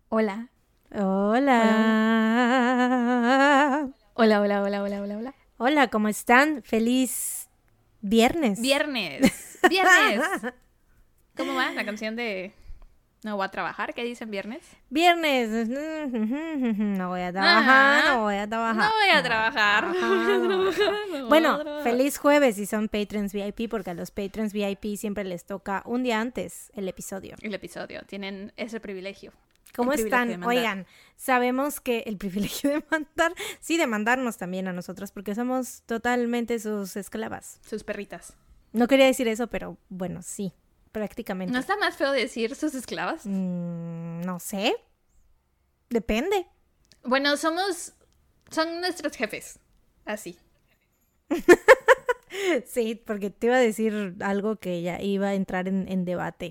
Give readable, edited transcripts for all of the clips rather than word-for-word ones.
Hola. Hola. Hola, hola, hola, hola, hola, hola. Hola, ¿cómo están? Feliz viernes. Viernes. Viernes. ¿Cómo va la canción de No voy a trabajar? ¿Qué dicen viernes? Viernes. No voy a trabajar, no voy a trabajar. No voy a trabajar. No voy a trabajar. Bueno, feliz jueves si son Patrons VIP, porque a los Patrons VIP siempre les toca un día antes el episodio. El episodio. Tienen ese privilegio. ¿Cómo El privilegio de están? mandar. Oigan, sabemos que el privilegio de mandar, sí, de mandarnos también a nosotros, porque somos totalmente sus esclavas. Sus perritas. No quería decir eso, pero bueno, sí, prácticamente. ¿No está más feo decir sus esclavas? No sé. Depende. Bueno, son nuestros jefes. Así. Sí, porque te iba a decir algo que ya iba a entrar en debate.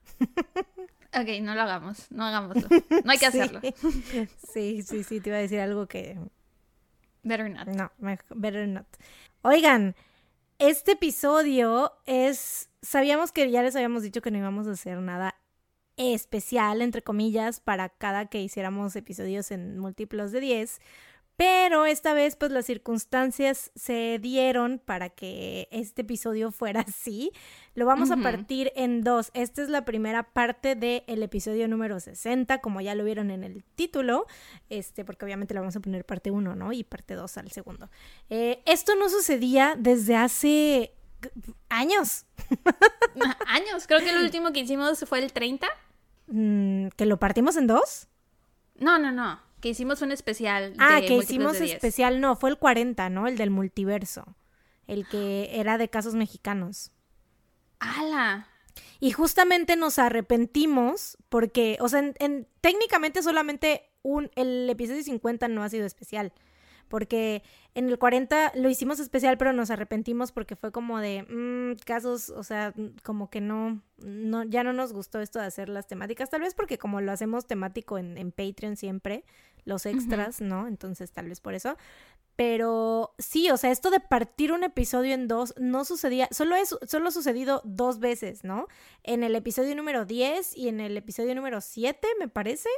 Ok, no lo hagamos. No hagámoslo. No hay que hacerlo. Sí, te iba a decir algo que... Better not. No, better not. Oigan, este episodio es... Sabíamos que ya les habíamos dicho que no íbamos a hacer nada especial, entre comillas, para cada que hiciéramos episodios en múltiplos de 10, pero esta vez pues las circunstancias se dieron para que este episodio fuera así. Lo vamos a partir en dos. Esta es la primera parte del episodio número 60, como ya lo vieron en el título, porque obviamente le vamos a poner parte 1, ¿no? Y parte 2 al segundo. Esto no sucedía desde hace años. Años. Creo que el último que hicimos fue el 30. ¿Que lo partimos en dos? No. Que hicimos un especial de que múltiplos hicimos de 10. especial, no, fue el 40, ¿no? El del multiverso. El que era de casos mexicanos. ¡Hala! Y justamente nos arrepentimos porque, o sea, técnicamente solamente el episodio 50 no ha sido especial. Porque en el 40 lo hicimos especial, pero nos arrepentimos porque fue como de casos, o sea, como que no, ya no nos gustó esto de hacer las temáticas, tal vez porque como lo hacemos temático en Patreon siempre, los extras, ¿no? Entonces tal vez por eso. Pero sí, o sea, esto de partir un episodio en dos no sucedía, solo ha sucedido 2 veces, ¿no? En el episodio número 10 y en el episodio número 7, me parece.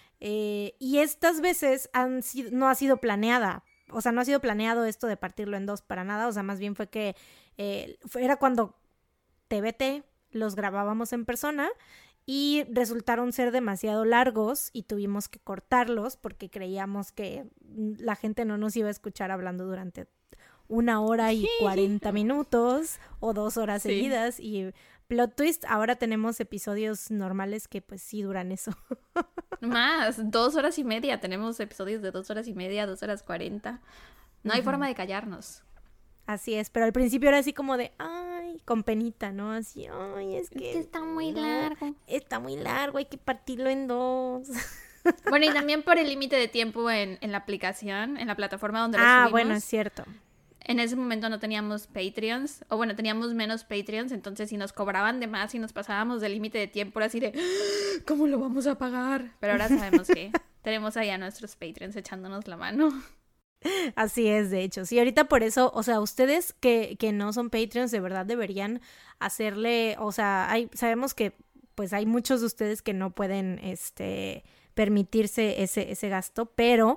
Y estas veces no ha sido planeada. O sea, no ha sido planeado esto de partirlo en 2 para nada. O sea, más bien fue que era cuando TBT los grabábamos en persona y resultaron ser demasiado largos y tuvimos que cortarlos porque creíamos que la gente no nos iba a escuchar hablando durante 1 hora y 40 minutos o 2 horas seguidas. Y plot twist, ahora tenemos episodios normales que pues sí duran eso. Más, 2 horas y media. Tenemos episodios de 2 horas y media, 2 horas 40. No hay forma de callarnos. Así es, pero al principio era así como de, ay, con penita, ¿no? Así, ay, es que está muy largo. Está muy largo, hay que partirlo en 2. Bueno, y también por el límite de tiempo en la aplicación, en la plataforma donde lo subimos. Bueno, es cierto. En ese momento no teníamos Patreons, o bueno, teníamos menos Patreons, entonces si nos cobraban de más y nos pasábamos del límite de tiempo, era así de, ¿cómo lo vamos a pagar? Pero ahora sabemos que tenemos ahí a nuestros Patreons echándonos la mano. Así es, de hecho. Sí, ahorita por eso, o sea, ustedes que no son Patreons, de verdad deberían hacerle, o sea, sabemos que pues hay muchos de ustedes que no pueden permitirse ese gasto, pero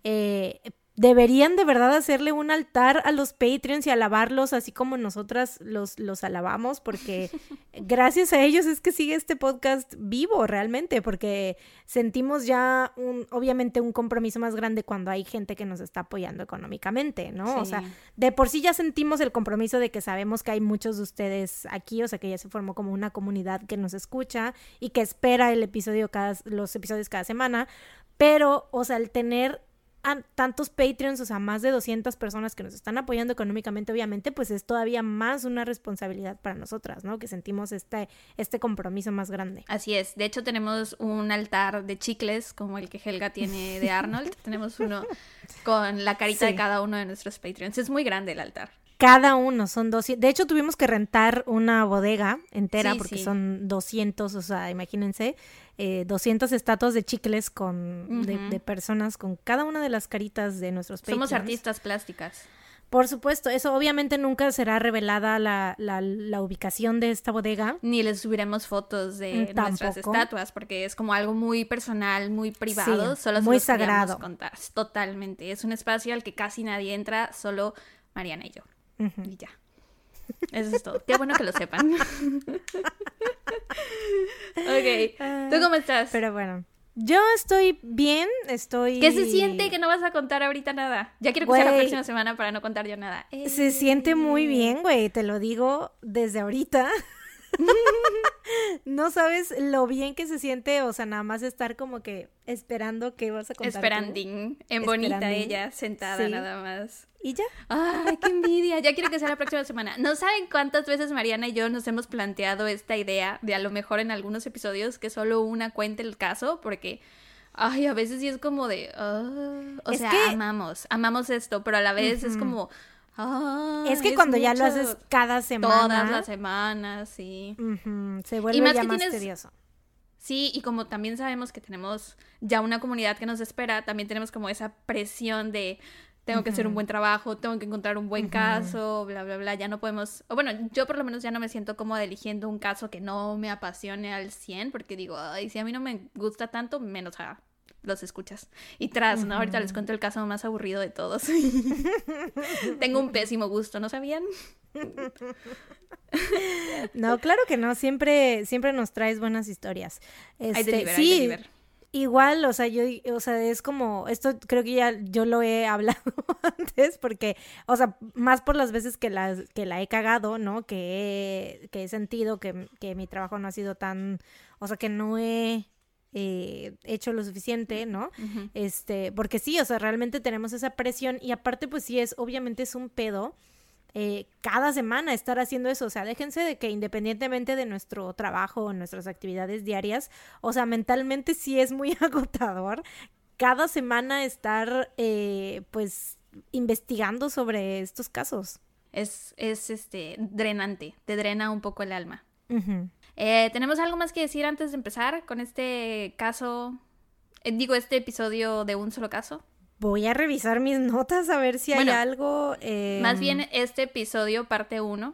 deberían de verdad hacerle un altar a los Patreons y alabarlos así como nosotras los alabamos, porque gracias a ellos es que sigue este podcast vivo realmente, porque sentimos ya obviamente un compromiso más grande cuando hay gente que nos está apoyando económicamente, ¿no? Sí. O sea, de por sí ya sentimos el compromiso de que sabemos que hay muchos de ustedes aquí, o sea, que ya se formó como una comunidad que nos escucha y que espera los episodios cada semana, pero, o sea, el tener tantos Patreons, o sea, más de 200 personas que nos están apoyando económicamente, obviamente, pues es todavía más una responsabilidad para nosotras, ¿no? Que sentimos este compromiso más grande. Así es. De hecho, tenemos un altar de chicles, como el que Helga tiene de Arnold. Tenemos uno con la carita de cada uno de nuestros Patreons. Es muy grande el altar. Cada uno son 200. De hecho, tuvimos que rentar una bodega entera porque son 200, o sea, imagínense, 200 estatuas de chicles de personas con cada una de las caritas de nuestros Patreons. Somos artistas plásticas. Por supuesto, eso obviamente nunca será revelada la ubicación de esta bodega. Ni les subiremos fotos de nuestras estatuas, porque es como algo muy personal, muy privado. Sí, solo muy se los queríamos sagrado. contar. Totalmente. Es un espacio al que casi nadie entra, solo Mariana y yo. Ujú. Y ya. Eso es todo. Qué bueno que lo sepan. Ok. ¿Tú cómo estás? Pero bueno, yo estoy bien, ¿Qué se siente que no vas a contar ahorita nada? Ya quiero que sea la Güey, próxima semana para no contar yo nada. se siente muy bien, güey, te lo digo desde ahorita. No sabes lo bien que se siente, o sea, nada más estar como que esperando que vas a contar tú. Esperandín. En bonita Esperandín. ella, sentada Sí. nada más. Y ya. ¡Ay, qué envidia! Ya quiero que sea la próxima semana. No saben cuántas veces Mariana y yo nos hemos planteado esta idea de a lo mejor en algunos episodios que solo una cuente el caso, porque, ay, a veces sí es como de, o Es sea, que- amamos esto, pero a la vez es como, ay, Es que cuando ya lo mucho. haces cada semana, Todas las semanas, sí. se Y vuelve más ya que más tienes- tedioso. Sí, y como también sabemos que tenemos ya una comunidad que nos espera, también tenemos como esa presión de tengo que hacer un buen trabajo, tengo que encontrar un buen caso, bla, bla, bla, ya no podemos, o bueno, yo por lo menos ya no me siento cómoda eligiendo un caso que no me apasione al 100, porque digo, ay, si a mí no me gusta tanto, menos a los escuchas. Y tras, ¿no? Ahorita les cuento el caso más aburrido de todos. Tengo un pésimo gusto, ¿no sabían? No, claro que no, siempre nos traes buenas historias. Hay deliver, hay sí, deliver. igual, o sea, es como, esto creo que ya yo lo he hablado antes, porque, o sea, más por las veces que la he cagado, ¿no? Que he sentido que mi trabajo no ha sido tan, o sea, que no he hecho lo suficiente, ¿no? Ujú. Porque sí, o sea, realmente tenemos esa presión y aparte, pues sí, obviamente es un pedo. Cada semana estar haciendo eso, o sea, déjense de que independientemente de nuestro trabajo o nuestras actividades diarias, o sea, mentalmente sí es muy agotador cada semana estar, pues, investigando sobre estos casos. Es drenante, te drena un poco el alma. Ujú. ¿Tenemos algo más que decir antes de empezar con este caso? Este episodio de un solo caso. Voy a revisar mis notas a ver si hay Bueno, algo. Más bien este episodio, parte 1.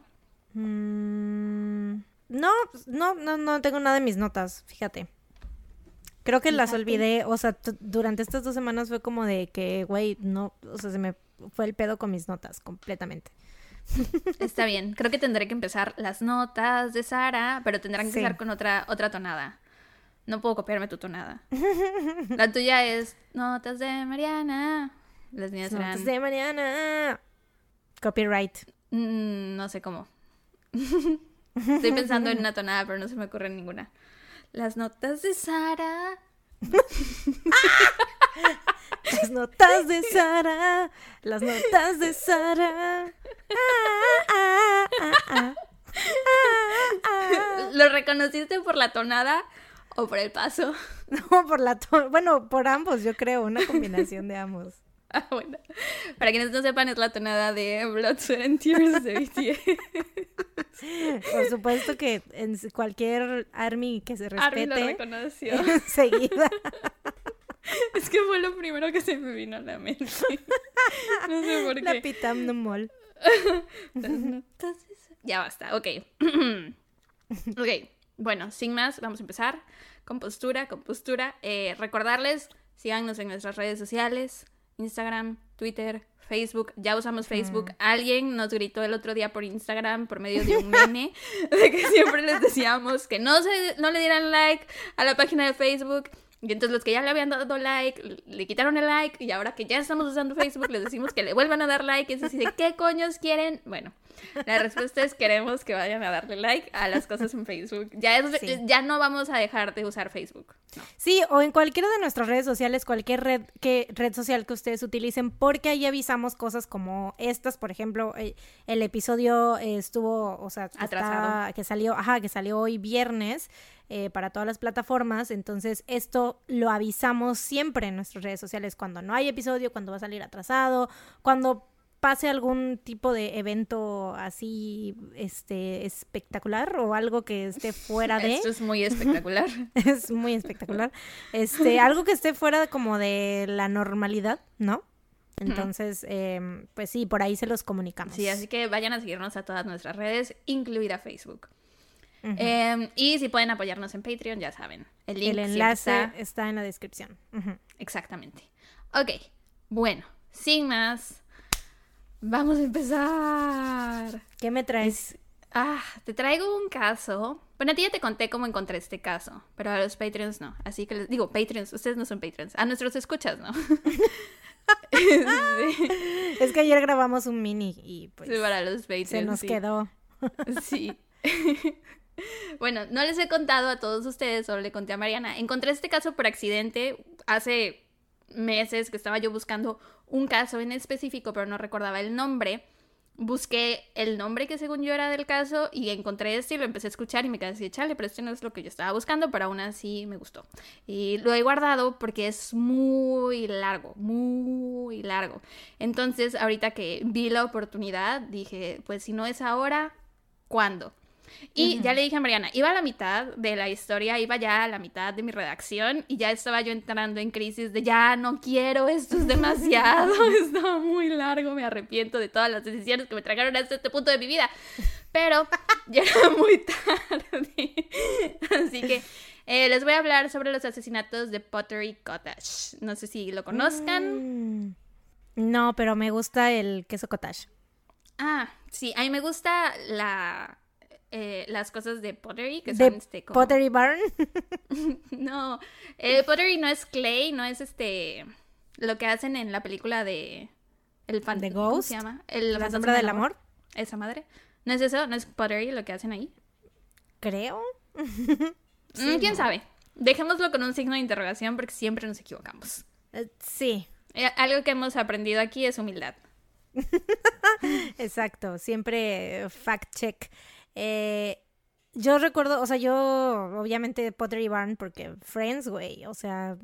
No tengo nada en mis notas, fíjate. Creo que las Fíjate. olvidé, o sea, durante estas 2 semanas fue como de que, güey, no, o sea, se me fue el pedo con mis notas completamente. Está bien. Creo que tendré que empezar las notas de Sara, pero tendrán que Sí. empezar con otra tonada. No puedo copiarme tu tonada. La tuya es notas de Mariana. Las mías serán... Notas de mañana. Copyright. No sé cómo. Estoy pensando en una tonada, pero no se me ocurre ninguna. Las notas de Sara. Las notas de Sara. Las notas de Sara. ¿Lo reconociste por la tonada o por el paso? No, bueno, por ambos, yo creo, una combinación de ambos. Ah, bueno. Para quienes no sepan, es la tonada de Blood, Sweat and Tears de BTS. Por supuesto que en cualquier ARMY que se Armin lo respete, reconoció. enseguida. Es que fue lo primero que se me vino a la mente. No sé por La qué. Pitam no Mall. Ya basta, ok. Ok, bueno, sin más, vamos a empezar. Con postura. Recordarles, síganos en nuestras redes sociales. Instagram, Twitter, Facebook. Ya usamos Facebook. Alguien nos gritó el otro día por Instagram por medio de un meme de que siempre les decíamos que no le dieran like a la página de Facebook. Y entonces los que ya le habían dado like, le quitaron el like. Y ahora que ya estamos usando Facebook, les decimos que le vuelvan a dar like. Es decir, ¿qué coños quieren? Bueno, la respuesta es queremos que vayan a darle like a las cosas en Facebook. Sí. Ya no vamos a dejar de usar Facebook. No. Sí, o en cualquiera de nuestras redes sociales, cualquier red social que ustedes utilicen, porque ahí avisamos cosas como estas, por ejemplo, el episodio estuvo, o sea, Atrasado. que salió hoy viernes para todas las plataformas, entonces esto lo avisamos siempre en nuestras redes sociales cuando no hay episodio, cuando va a salir atrasado, cuando pase algún tipo de evento así, espectacular o algo que esté fuera de... Esto es muy espectacular. Es muy espectacular. Algo que esté fuera como de la normalidad, ¿no? Entonces, pues sí, por ahí se los comunicamos. Sí, así que vayan a seguirnos a todas nuestras redes, incluida Facebook. Y si pueden apoyarnos en Patreon, ya saben. El enlace está en la descripción. Exactamente. Ok, bueno, sin más, vamos a empezar. ¿Qué me traes? Te traigo un caso. Bueno, a ti ya te conté cómo encontré este caso, pero a los Patreons no. Así que les digo, Patreons, ustedes no son Patreons. A nuestros escuchas, ¿no? Sí. Es que ayer grabamos un mini y pues sí, para los Patreons, se nos quedó. Sí. Bueno, no les he contado a todos ustedes, solo le conté a Mariana. Encontré este caso por accidente hace meses que estaba yo buscando un caso en específico, pero no recordaba el nombre. Busqué el nombre que según yo era del caso y encontré este y lo empecé a escuchar y me quedé así de chale, pero este no es lo que yo estaba buscando, pero aún así me gustó. Y lo he guardado porque es muy largo, muy largo. Entonces, ahorita que vi la oportunidad, dije, pues si no es ahora, ¿cuándo? Y ya le dije a Mariana, iba a la mitad de la historia, iba ya a la mitad de mi redacción y ya estaba yo entrando en crisis de ya no quiero, esto es demasiado, estaba muy largo, me arrepiento de todas las decisiones que me trajeron hasta este punto de mi vida, pero ya era muy tarde, así que les voy a hablar sobre los asesinatos de Pottery Cottage. No sé si lo conozcan. No, pero me gusta el queso cottage. Sí, a mí me gusta las cosas de pottery, que son como... Pottery Barn. No, pottery no es clay, no es lo que hacen en la película de The Ghost. ¿Cómo se llama? La sombra del amor. Esa madre. ¿No es eso? ¿No es pottery lo que hacen ahí? Creo. Sí, ¿quién sabe? Dejémoslo con un signo de interrogación porque siempre nos equivocamos. Sí. Algo que hemos aprendido aquí es humildad. Exacto, siempre fact check. Yo recuerdo, o sea, yo obviamente Pottery Barn porque Friends, güey, o sea,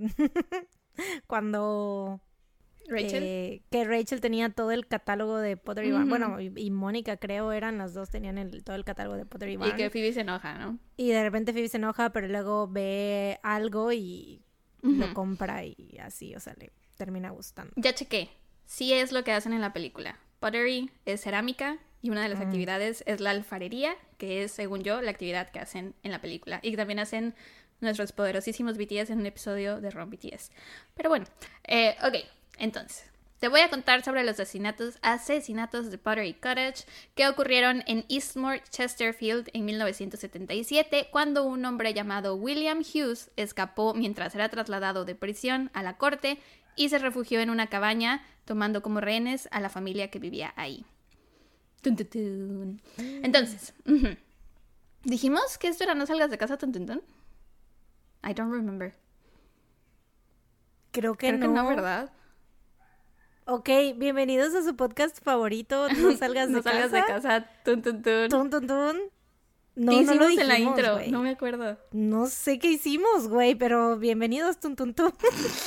cuando Rachel. Que Rachel tenía todo el catálogo de Pottery Barn, bueno, y Mónica creo eran las dos, tenían todo el catálogo de Pottery Barn. Y que Phoebe se enoja, ¿no? Y de repente Phoebe se enoja, pero luego ve algo y lo compra y así, o sea, le termina gustando. Ya chequé, sí es lo que hacen en la película. Pottery es cerámica y una de las actividades es la alfarería, que es, según yo, la actividad que hacen en la película. Y que también hacen nuestros poderosísimos BTS en un episodio de Ron BTS. Pero bueno, ok, entonces, te voy a contar sobre los asesinatos de Pottery Cottage que ocurrieron en Eastmoor, Chesterfield, en 1977, cuando un hombre llamado William Hughes escapó mientras era trasladado de prisión a la corte y se refugió en una cabaña, tomando como rehenes a la familia que vivía ahí. Tun, tun, tun. Entonces, dijimos que esto era No salgas de casa, tun, tun, tun. I don't remember. Creo que no. Creo que no, ¿verdad? Ok, bienvenidos a su podcast favorito, No salgas de casa. No salgas de casa, tun, tun, tun. Tun, tun, tun. No, ¿Qué hicimos no lo dijimos, en la intro? Güey. No me acuerdo. No sé qué hicimos, güey, pero bienvenidos, tun, tun, tun.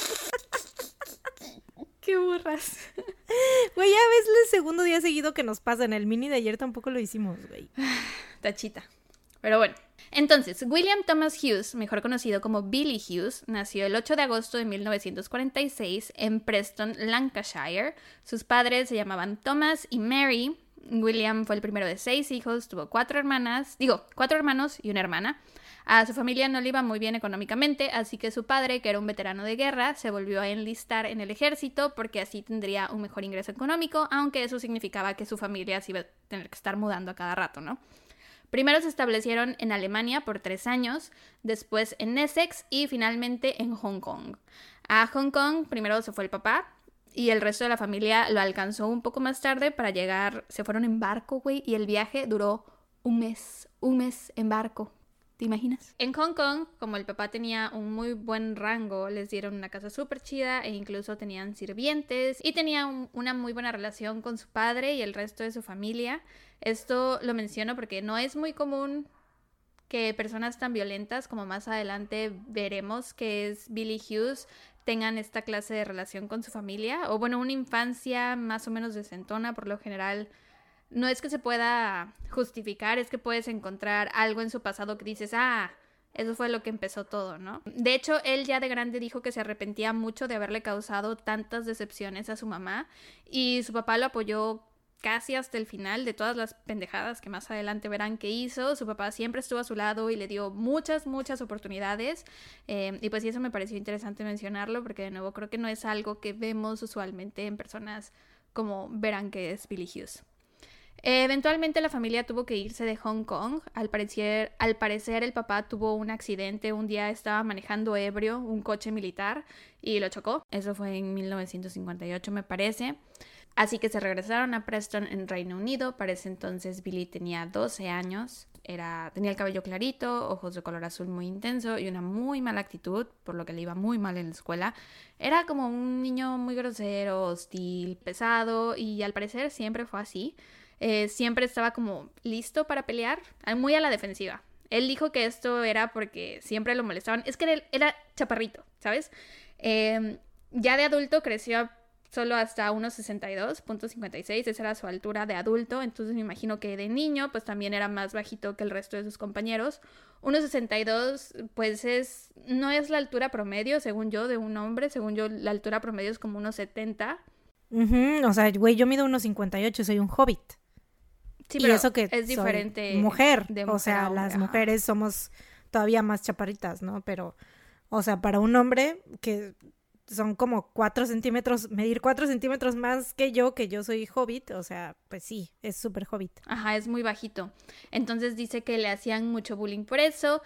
¡Qué burras! Güey, ya ves el segundo día seguido que nos pasa. En el mini de ayer tampoco lo hicimos, güey. Tachita. Pero bueno. Entonces, William Thomas Hughes, mejor conocido como Billy Hughes, nació el 8 de agosto de 1946 en Preston, Lancashire. Sus padres se llamaban Thomas y Mary. William fue el primero de 6 hijos, tuvo 4 hermanos y una hermana. A su familia no le iba muy bien económicamente, así que su padre, que era un veterano de guerra, se volvió a enlistar en el ejército porque así tendría un mejor ingreso económico, aunque eso significaba que su familia se iba a tener que estar mudando a cada rato, ¿no? Primero se establecieron en Alemania por 3 años, después en Essex y finalmente en Hong Kong. A Hong Kong primero se fue el papá y el resto de la familia lo alcanzó un poco más tarde para llegar. Se fueron en barco, güey, y el viaje duró un mes en barco. ¿Te imaginas? En Hong Kong, como el papá tenía un muy buen rango, les dieron una casa súper chida e incluso tenían sirvientes y tenía una muy buena relación con su padre y el resto de su familia. Esto lo menciono porque no es muy común que personas tan violentas como más adelante veremos que es Billy Hughes tengan esta clase de relación con su familia o bueno, una infancia más o menos decentona por lo general. No es que se pueda justificar, es que puedes encontrar algo en su pasado que dices, Eso fue lo que empezó todo, ¿no? De hecho, él ya de grande dijo que se arrepentía mucho de haberle causado tantas decepciones a su mamá y su papá lo apoyó casi hasta el final de todas las pendejadas que más adelante verán que hizo. Su papá siempre estuvo a su lado y le dio muchas oportunidades. Y pues sí, eso me pareció interesante mencionarlo porque de nuevo creo que no es algo que vemos usualmente en personas como verán que es Billy Hughes. Eventualmente la familia tuvo que irse de Hong Kong. Al parecer el papá tuvo un accidente. Un día estaba manejando ebrio un coche militar y lo chocó. Eso fue en 1958 me parece. Así que se regresaron a Preston en Reino Unido. Para ese entonces Billy tenía 12 años. Tenía el cabello clarito, ojos de color azul muy intenso y una muy mala actitud, por lo que le iba muy mal en la escuela. Era como un niño muy grosero, hostil, pesado y al parecer siempre fue así. Siempre estaba como listo para pelear, muy a la defensiva. Él dijo que esto era porque siempre lo molestaban. Es que él era chaparrito, ¿sabes? Ya de adulto creció solo hasta 1,62.56, esa era su altura de adulto, entonces me imagino que de niño pues también era más bajito que el resto de sus compañeros. 1,62 pues no es la altura promedio, según yo, de un hombre. Según yo, la altura promedio es como 1,70. O sea, güey, yo mido 1,58, soy un hobbit. Sí, pero y eso que es diferente. Soy mujer, O sea, las mujeres somos todavía más chaparritas, ¿no? Pero, o sea, para un hombre que son como 4 centímetros, medir 4 centímetros más que yo soy hobbit, o sea, pues sí, es súper hobbit. Ajá, es muy bajito. Entonces dice que le hacían mucho bullying por eso,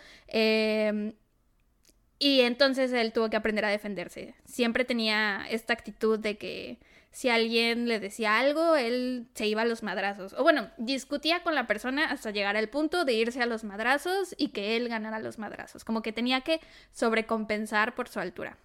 y entonces él tuvo que aprender a defenderse. Siempre tenía esta actitud de que si alguien le decía algo, él se iba a los madrazos. O bueno, discutía con la persona hasta llegar al punto de irse a los madrazos y que él ganara los madrazos. Como que tenía que sobrecompensar por su altura.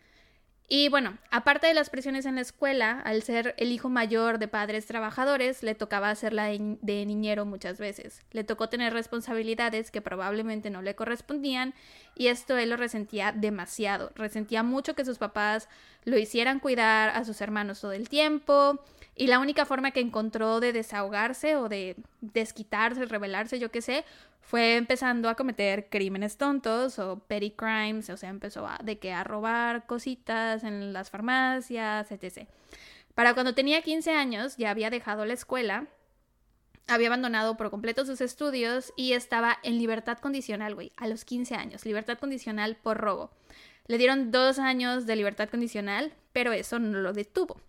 Y bueno, aparte de las presiones en la escuela, al ser el hijo mayor de padres trabajadores, le tocaba hacerla de niñero muchas veces. Le tocó tener responsabilidades que probablemente no le correspondían y esto él lo resentía demasiado. Resentía mucho que sus papás lo hicieran cuidar a sus hermanos todo el tiempo y la única forma que encontró de desahogarse o de desquitarse, rebelarse, yo qué sé, fue empezando a cometer crímenes tontos o petty crimes, o sea, empezó a robar cositas en las farmacias, etc. Para cuando tenía 15 años ya había dejado la escuela, había abandonado por completo sus estudios y estaba en libertad condicional, güey, a los 15 años, libertad condicional por robo. Le dieron 2 años de libertad condicional, pero eso no lo detuvo.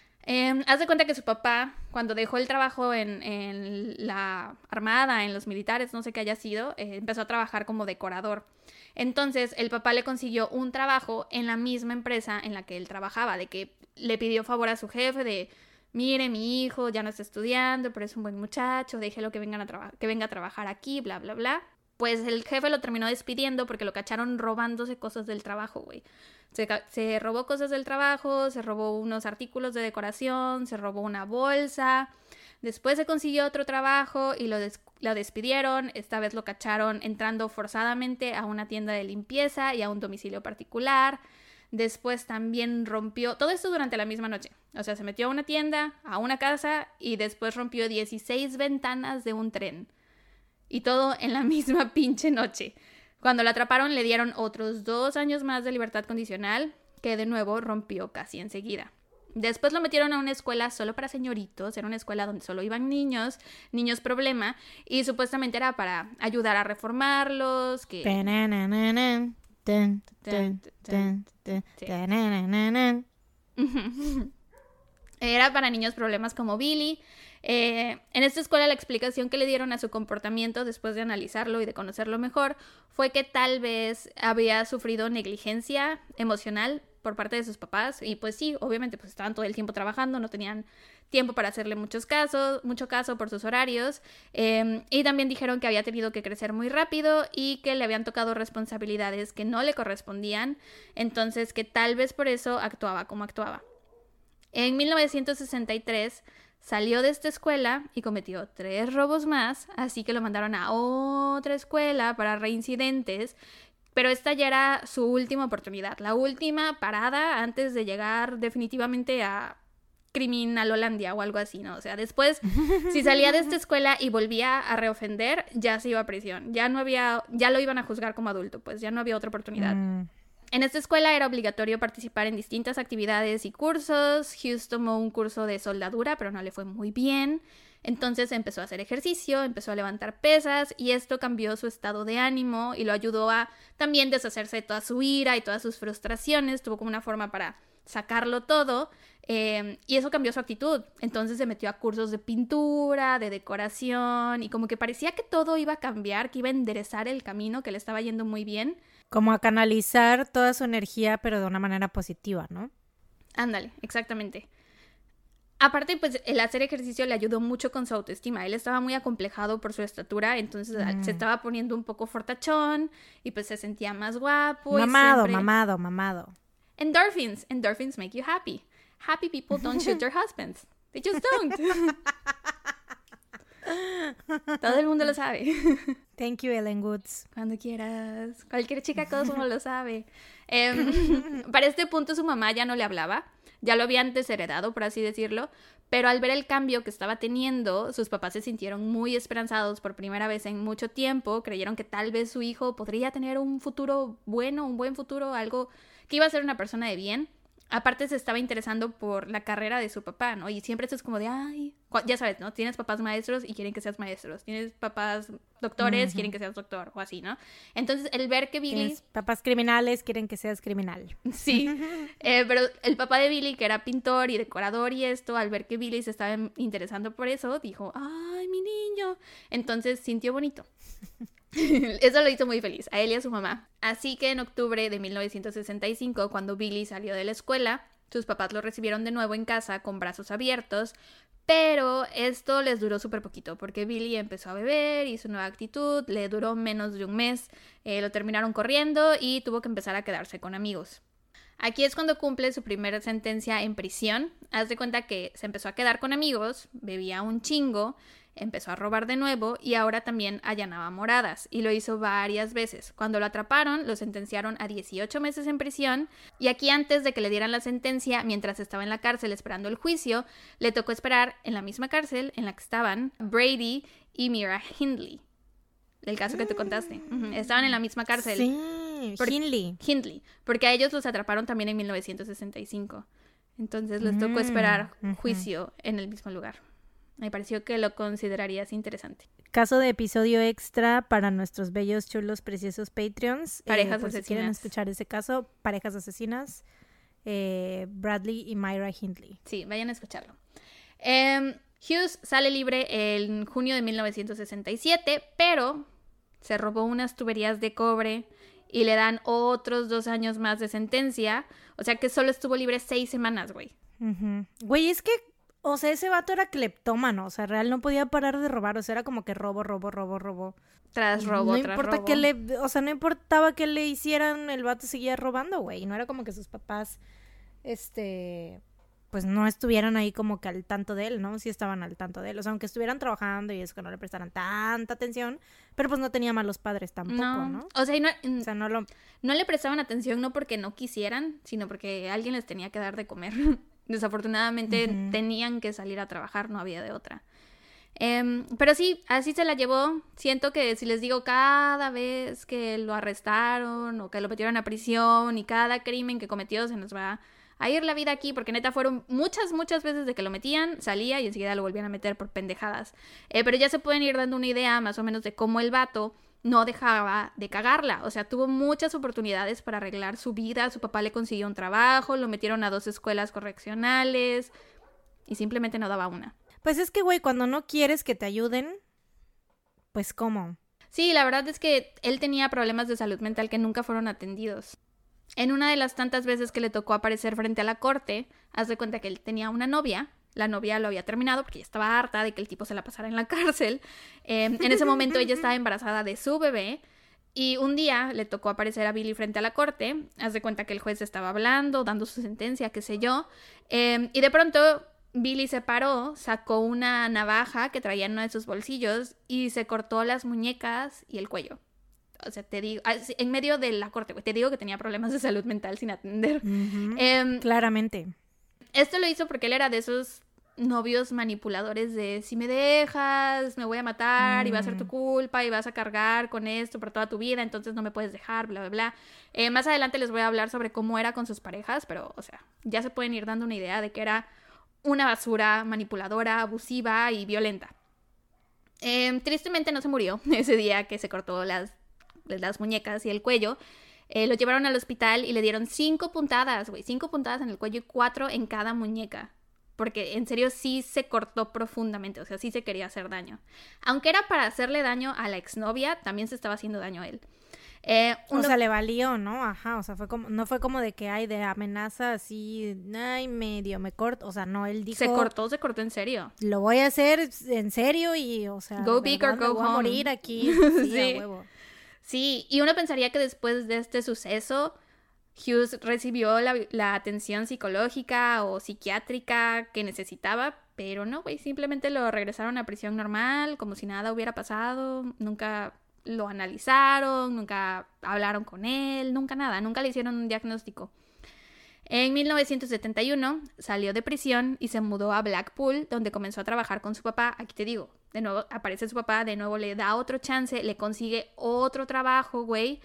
Haz de cuenta que su papá, cuando dejó el trabajo en la armada, en los militares, no sé qué haya sido, empezó a trabajar como decorador. Entonces, el papá le consiguió un trabajo en la misma empresa en la que él trabajaba, de que le pidió favor a su jefe de, mire, mi hijo ya no está estudiando, pero es un buen muchacho, déjelo que venga a trabajar aquí, bla, bla, bla. Pues el jefe lo terminó despidiendo porque lo cacharon robándose cosas del trabajo, güey. Se robó cosas del trabajo, se robó unos artículos de decoración, se robó una bolsa. Después se consiguió otro trabajo y lo despidieron. Esta vez lo cacharon entrando forzadamente a una tienda de limpieza y a un domicilio particular. Después también rompió, todo esto durante la misma noche. O sea, se metió a una tienda, a una casa y después rompió 16 ventanas de un tren. Y todo en la misma pinche noche. Cuando la atraparon le dieron otros 2 años más de libertad condicional, que de nuevo rompió casi enseguida. Después lo metieron a una escuela solo para señoritos, era una escuela donde solo iban niños problema, y supuestamente era para ayudar a reformarlos, que... Era para niños problemas como Billy. En esta escuela la explicación que le dieron a su comportamiento después de analizarlo y de conocerlo mejor fue que tal vez había sufrido negligencia emocional por parte de sus papás y pues sí, obviamente pues estaban todo el tiempo trabajando, no tenían tiempo para hacerle mucho caso por sus horarios, y también dijeron que había tenido que crecer muy rápido y que le habían tocado responsabilidades que no le correspondían, entonces que tal vez por eso actuaba como actuaba. En 1963 salió de esta escuela y cometió 3 robos más, así que lo mandaron a otra escuela para reincidentes, pero esta ya era su última oportunidad, la última parada antes de llegar definitivamente a criminalolandia o algo así, ¿no? O sea, después, si salía de esta escuela y volvía a reofender, ya se iba a prisión. Ya lo iban a juzgar como adulto, pues ya no había otra oportunidad. En esta escuela era obligatorio participar en distintas actividades y cursos. Hughes tomó un curso de soldadura, pero no le fue muy bien. Entonces empezó a hacer ejercicio, empezó a levantar pesas y esto cambió su estado de ánimo y lo ayudó a también deshacerse de toda su ira y todas sus frustraciones. Tuvo como una forma para sacarlo todo y eso cambió su actitud. Entonces se metió a cursos de pintura, de decoración y como que parecía que todo iba a cambiar, que iba a enderezar el camino, que le estaba yendo muy bien. Como a canalizar toda su energía, pero de una manera positiva, ¿no? Ándale, exactamente. Aparte, pues, el hacer ejercicio le ayudó mucho con su autoestima. Él estaba muy acomplejado por su estatura, entonces se estaba poniendo un poco fortachón y pues se sentía más guapo. Mamado. Endorphins make you happy. Happy people don't shoot their husbands. They just don't. Todo el mundo lo sabe. Thank you, Ellen Woods. Cuando quieras. Cualquier chica Cosmo lo sabe. Para este punto su mamá ya no le hablaba. Ya lo habían desheredado, por así decirlo. Pero al ver el cambio que estaba teniendo, sus papás se sintieron muy esperanzados por primera vez en mucho tiempo. Creyeron que tal vez su hijo podría tener un futuro bueno, un buen futuro, algo que iba a ser una persona de bien. Aparte se estaba interesando por la carrera de su papá, ¿no? Y siempre esto es como de, ay, ya sabes, ¿no? Tienes papás maestros y quieren que seas maestros. Tienes papás doctores, quieren que seas doctor, o así, ¿no? Entonces, el ver que Billy... Tienes papás criminales, quieren que seas criminal. Sí, pero el papá de Billy, que era pintor y decorador y esto, al ver que Billy se estaba interesando por eso, dijo, ay, mi niño. Entonces, sintió bonito. Eso lo hizo muy feliz, a él y a su mamá. Así que en octubre de 1965, cuando Billy salió de la escuela, sus papás lo recibieron de nuevo en casa con brazos abiertos, pero esto les duró súper poquito, porque Billy empezó a beber y su nueva actitud le duró menos de un mes. Lo terminaron corriendo y tuvo que empezar a quedarse con amigos. Aquí es cuando cumple su primera sentencia en prisión. Haz de cuenta que se empezó a quedar con amigos, bebía un chingo, empezó a robar de nuevo y ahora también allanaba moradas y lo hizo varias veces. Cuando lo atraparon, lo sentenciaron a 18 meses en prisión y aquí antes de que le dieran la sentencia, mientras estaba en la cárcel esperando el juicio, le tocó esperar en la misma cárcel en la que estaban Brady y Mira Hindley. El caso que te contaste. Estaban en la misma cárcel. Sí, Hindley. Porque a ellos los atraparon también en 1965. Entonces les tocó esperar juicio en el mismo lugar. Me pareció que lo considerarías interesante. Caso de episodio extra para nuestros bellos, chulos, preciosos Patreons. Parejas por asesinas. Si quieren escuchar ese caso, parejas asesinas. Bradley y Myra Hindley. Sí, vayan a escucharlo. Hughes sale libre en junio de 1967, pero se robó unas tuberías de cobre y le dan otros 2 años más de sentencia. O sea que solo estuvo libre 6 semanas, güey. Güey, es que, o sea, ese vato era cleptómano. O sea, real no podía parar de robar. O sea, era como que robo. Tras robo. No importaba qué le hicieran, el vato seguía robando, güey. No era como que sus papás, pues no estuvieran ahí como que al tanto de él, ¿no? Sí estaban al tanto de él. O sea, aunque estuvieran trabajando y eso que no le prestaran tanta atención, pero pues no tenía malos padres tampoco, ¿no? O sea, no le prestaban atención no porque no quisieran, sino porque alguien les tenía que dar de comer. Desafortunadamente tenían que salir a trabajar, no había de otra. Pero sí, así se la llevó. Siento que si les digo cada vez que lo arrestaron o que lo metieron a prisión y cada crimen que cometió se nos va a ir la vida aquí, porque neta fueron muchas veces de que lo metían, salía y enseguida lo volvían a meter por pendejadas. Pero ya se pueden ir dando una idea más o menos de cómo el vato no dejaba de cagarla. O sea, tuvo muchas oportunidades para arreglar su vida. Su papá le consiguió un trabajo, lo metieron a 2 escuelas correccionales y simplemente no daba una. Pues es que, güey, cuando no quieres que te ayuden, pues ¿cómo? Sí, la verdad es que él tenía problemas de salud mental que nunca fueron atendidos. En una de las tantas veces que le tocó aparecer frente a la corte, haz de cuenta que él tenía una novia. La novia lo había terminado porque ya estaba harta de que el tipo se la pasara en la cárcel. En ese momento ella estaba embarazada de su bebé. Y un día le tocó aparecer a Billy frente a la corte. Haz de cuenta que el juez estaba hablando, dando su sentencia, qué sé yo. Y de pronto Billy se paró, sacó una navaja que traía en uno de sus bolsillos y se cortó las muñecas y el cuello. O sea, te digo, en medio de la corte, güey, te digo que tenía problemas de salud mental sin atender. Claramente. Esto lo hizo porque él era de esos novios manipuladores de si me dejas, me voy a matar y va a ser tu culpa y vas a cargar con esto por toda tu vida, entonces no me puedes dejar, bla, bla, bla. Más adelante les voy a hablar sobre cómo era con sus parejas, pero, o sea, ya se pueden ir dando una idea de que era una basura manipuladora, abusiva y violenta. Tristemente no se murió ese día que se cortó las muñecas y el cuello. Lo llevaron al hospital y le dieron 5 puntadas, güey. 5 puntadas en el cuello y 4 en cada muñeca. Porque en serio sí se cortó profundamente, o sea, sí se quería hacer daño. Aunque era para hacerle daño a la exnovia, también se estaba haciendo daño a él. O sea, le valió, ¿no? Ajá, o sea, no fue como de que hay de amenaza así, ay, medio me corto, o sea, no, él dijo... Se cortó en serio. Lo voy a hacer en serio y, o sea, go big or go voy home. A morir aquí, sí, a huevo. Sí, y uno pensaría que después de este suceso, Hughes recibió la atención psicológica o psiquiátrica que necesitaba, pero no, güey, simplemente lo regresaron a prisión normal, como si nada hubiera pasado, nunca lo analizaron, nunca hablaron con él, nunca nada, nunca le hicieron un diagnóstico. En 1971 salió de prisión y se mudó a Blackpool, donde comenzó a trabajar con su papá. Aquí te digo, de nuevo aparece su papá, de nuevo le da otro chance, le consigue otro trabajo, güey.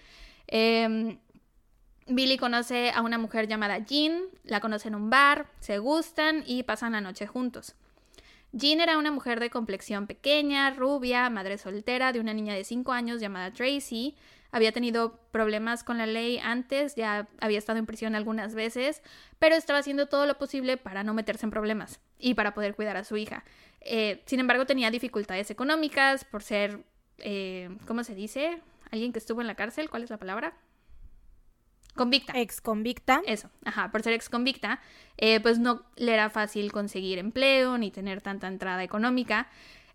Billy conoce a una mujer llamada Jean, la conoce en un bar, se gustan y pasan la noche juntos. Jean era una mujer de complexión pequeña, rubia, madre soltera de una niña de 5 años llamada Tracy. Había tenido problemas con la ley antes, ya había estado en prisión algunas veces, pero estaba haciendo todo lo posible para no meterse en problemas y para poder cuidar a su hija. Sin embargo, tenía dificultades económicas por ser, ¿cómo se dice? ¿Alguien que estuvo en la cárcel? ¿Cuál es la palabra? Convicta. Ex-convicta. Eso, ajá, por ser ex-convicta, pues no le era fácil conseguir empleo ni tener tanta entrada económica.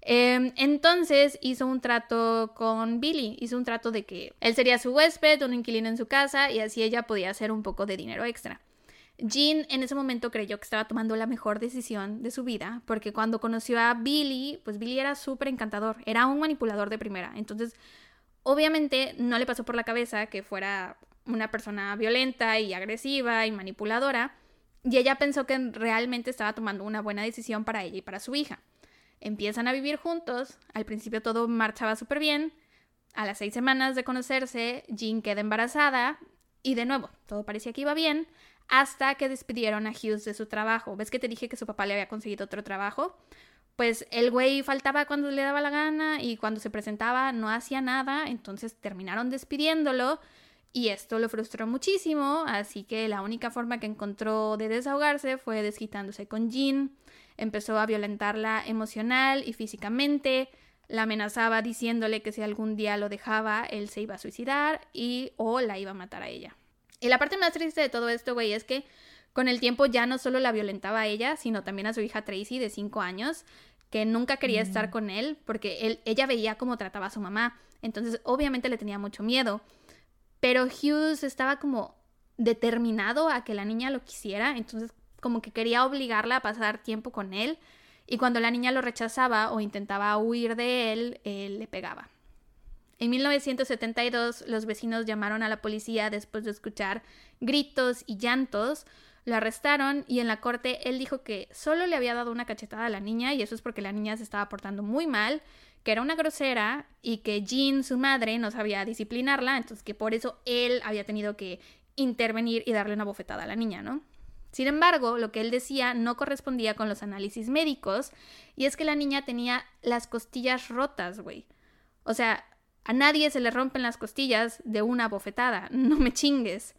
Entonces hizo un trato con Billy, hizo un trato de que él sería su huésped, un inquilino en su casa y así ella podía hacer un poco de dinero extra. Jean en ese momento creyó que estaba tomando la mejor decisión de su vida porque cuando conoció a Billy, pues Billy era súper encantador, era un manipulador de primera, entonces obviamente no le pasó por la cabeza que fuera una persona violenta y agresiva y manipuladora, y ella pensó que realmente estaba tomando una buena decisión para ella y para su hija. Empiezan a vivir juntos, al principio todo marchaba súper bien, a las 6 semanas de conocerse, Jean queda embarazada, y de nuevo, todo parecía que iba bien, hasta que despidieron a Hughes de su trabajo. ¿Ves que te dije que su papá le había conseguido otro trabajo? Pues el güey faltaba cuando le daba la gana, y cuando se presentaba no hacía nada, entonces terminaron despidiéndolo, y esto lo frustró muchísimo, así que la única forma que encontró de desahogarse fue desquitándose con Jean. Empezó a violentarla emocional y físicamente, la amenazaba diciéndole que si algún día lo dejaba, él se iba a suicidar o la iba a matar a ella. Y la parte más triste de todo esto, güey, es que con el tiempo ya no solo la violentaba a ella, sino también a su hija Tracy de 5 años, que nunca quería estar con él porque ella veía cómo trataba a su mamá. Entonces, obviamente le tenía mucho miedo. Pero Hughes estaba como determinado a que la niña lo quisiera, entonces como que quería obligarla a pasar tiempo con él, y cuando la niña lo rechazaba o intentaba huir de él le pegaba. En 1972 los vecinos llamaron a la policía después de escuchar gritos y llantos, lo arrestaron y en la corte él dijo que solo le había dado una cachetada a la niña y eso es porque la niña se estaba portando muy mal, que era una grosera y que Jean, su madre, no sabía disciplinarla, entonces que por eso él había tenido que intervenir y darle una bofetada a la niña, ¿no? Sin embargo, lo que él decía no correspondía con los análisis médicos y es que la niña tenía las costillas rotas, güey. O sea, a nadie se le rompen las costillas de una bofetada, no me chingues.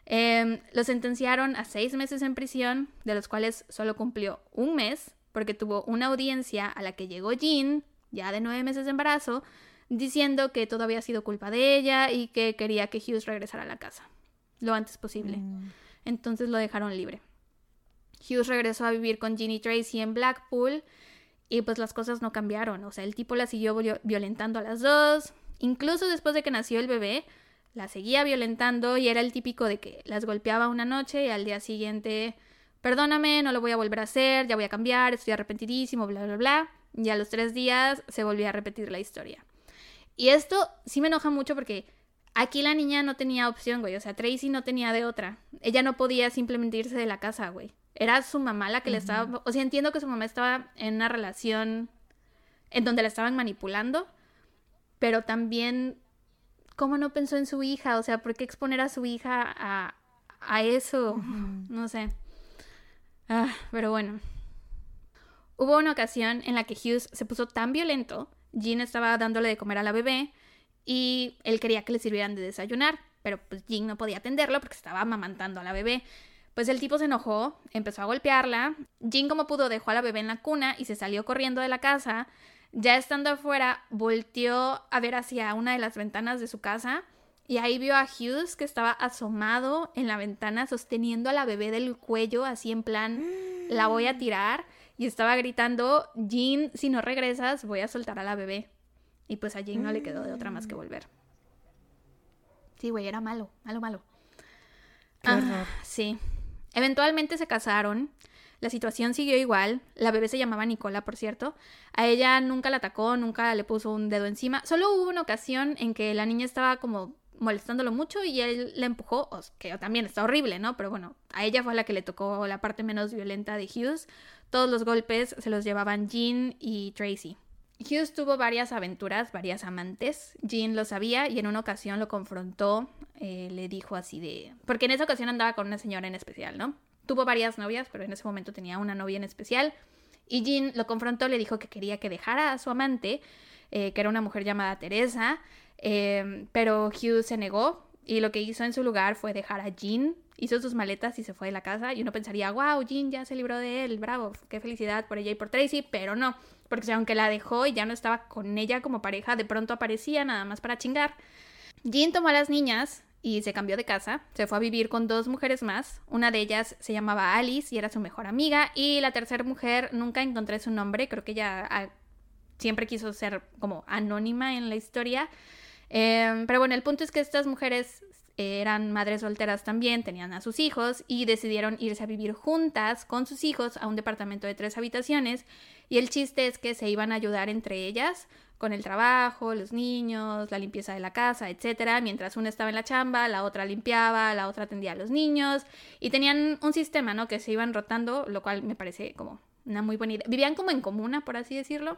Lo sentenciaron a 6 meses en prisión, de los cuales solo cumplió 1 mes, porque tuvo una audiencia a la que llegó Jean, ya de 9 meses de embarazo, diciendo que todo había sido culpa de ella y que quería que Hughes regresara a la casa lo antes posible. Entonces lo dejaron libre. Hughes regresó a vivir con Jean y Tracy en Blackpool y pues las cosas no cambiaron. O sea, el tipo la siguió violentando a las dos. Incluso después de que nació el bebé, la seguía violentando y era el típico de que las golpeaba una noche y al día siguiente, perdóname, no lo voy a volver a hacer, ya voy a cambiar, estoy arrepentidísimo, bla, bla, bla. Y a los 3 días se volvía a repetir la historia. Y esto sí me enoja mucho porque aquí la niña no tenía opción, güey. O sea, Tracy no tenía de otra. Ella no podía simplemente irse de la casa, güey. era su mamá la que le estaba... O sea, entiendo que su mamá estaba en una relación en donde la estaban manipulando, pero también, ¿cómo no pensó en su hija? O sea, ¿por qué exponer a su hija a eso? No sé. Pero bueno. Hubo una ocasión en la que Hughes se puso tan violento, Jean estaba dándole de comer a la bebé y él quería que le sirvieran de desayunar, pero pues Jean no podía atenderlo porque estaba amamantando a la bebé. Pues el tipo se enojó, empezó a golpearla. Jean, como pudo, dejó a la bebé en la cuna y se salió corriendo de la casa. Ya estando afuera, volteó a ver hacia una de las ventanas de su casa y ahí vio a Hughes, que estaba asomado en la ventana sosteniendo a la bebé del cuello, así en plan, la voy a tirar. Y estaba gritando, Jean, si no regresas, voy a soltar a la bebé. Y pues a Jean no le quedó de otra más que volver. Sí, güey, era malo, malo. Qué horror. Sí. Eventualmente se casaron. La situación siguió igual. La bebé se llamaba Nicola, por cierto. A ella nunca la atacó, nunca le puso un dedo encima. Solo hubo una ocasión en que la niña estaba como molestándolo mucho y él la empujó, que también está horrible, ¿no? Pero bueno, a ella fue la que le tocó la parte menos violenta de Hughes. Todos los golpes se los llevaban Jean y Tracy. Hughes tuvo varias aventuras, varias amantes. Jean lo sabía y en una ocasión lo confrontó, le dijo así de... Porque en esa ocasión andaba con una señora en especial, ¿no? Tuvo varias novias, pero en ese momento tenía una novia en especial. Y Jean lo confrontó, le dijo que quería que dejara a su amante, que era una mujer llamada Teresa, pero Hughes se negó y lo que hizo en su lugar fue dejar a Jean. Hizo sus maletas y se fue de la casa y uno pensaría, wow, Jean ya se libró de él, bravo, qué felicidad por ella y por Tracy, pero no, porque aunque la dejó y ya no estaba con ella como pareja, de pronto aparecía nada más para chingar. Jean tomó a las niñas y se cambió de casa, se fue a vivir con 2 mujeres más, una de ellas se llamaba Alice y era su mejor amiga, y la tercera mujer, nunca encontré su nombre, creo que ella siempre quiso ser como anónima en la historia, pero bueno, el punto es que estas mujeres eran madres solteras también, tenían a sus hijos y decidieron irse a vivir juntas con sus hijos a un departamento de 3 habitaciones, y el chiste es que se iban a ayudar entre ellas con el trabajo, los niños, la limpieza de la casa, etcétera. Mientras una estaba en la chamba, la otra limpiaba, la otra atendía a los niños y tenían un sistema, ¿no? Que se iban rotando, lo cual me parece como una muy buena idea. Vivían como en comuna, por así decirlo.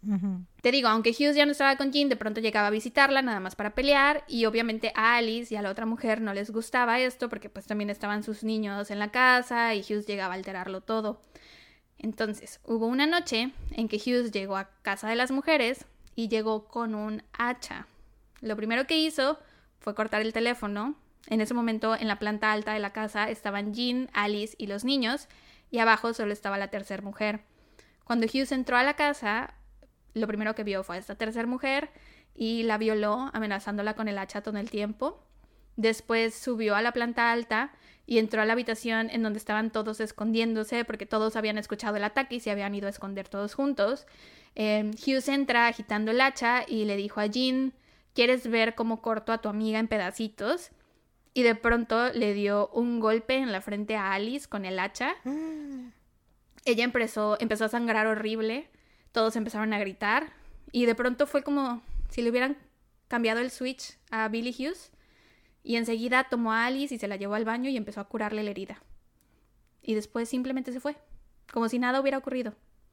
Te digo, aunque Hughes ya no estaba con Jean, de pronto llegaba a visitarla nada más para pelear, y obviamente a Alice y a la otra mujer no les gustaba esto porque pues también estaban sus niños en la casa y Hughes llegaba a alterarlo todo. Entonces, hubo una noche en que Hughes llegó a casa de las mujeres y llegó con un hacha. Lo primero que hizo fue cortar el teléfono. En ese momento, en la planta alta de la casa estaban Jean, Alice y los niños, y abajo solo estaba la tercera mujer. Cuando Hughes entró a la casa, lo primero que vio fue a esta tercera mujer y la violó, amenazándola con el hacha todo el tiempo. Después subió a la planta alta y entró a la habitación en donde estaban todos escondiéndose porque todos habían escuchado el ataque y se habían ido a esconder todos juntos. Hughes entra agitando el hacha y le dijo a Jean, ¿quieres ver cómo corto a tu amiga en pedacitos? Y de pronto le dio un golpe en la frente a Alice con el hacha. Ella empezó a sangrar horrible. Todos empezaron a gritar y de pronto fue como si le hubieran cambiado el switch a Billy Hughes, y enseguida tomó a Alice y se la llevó al baño y empezó a curarle la herida. Y después simplemente se fue, como si nada hubiera ocurrido.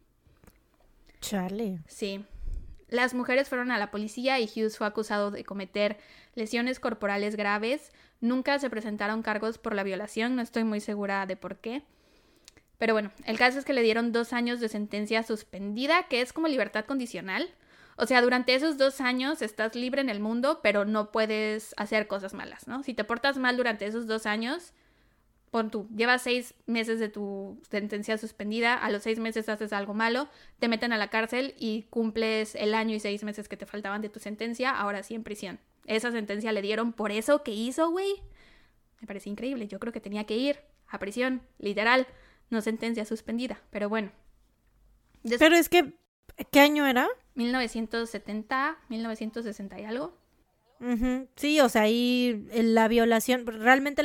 Charlie. Sí. Las mujeres fueron a la policía y Hughes fue acusado de cometer lesiones corporales graves. Nunca se presentaron cargos por la violación, no estoy muy segura de por qué. Pero bueno, el caso es que le dieron 2 años de sentencia suspendida, que es como libertad condicional. O sea, durante esos 2 años estás libre en el mundo, pero no puedes hacer cosas malas, ¿no? Si te portas mal durante esos 2 años, pon tú, llevas 6 meses de tu sentencia suspendida, a los 6 meses haces algo malo, te meten a la cárcel y cumples el año y 6 meses que te faltaban de tu sentencia, ahora sí en prisión. Esa sentencia le dieron por eso que hizo, güey. Me parece increíble, yo creo que tenía que ir a prisión, literal. No sentencia suspendida, pero bueno. Pero es que, ¿qué año era? 1970, 1960 y algo. Sí, o sea, ahí la violación, realmente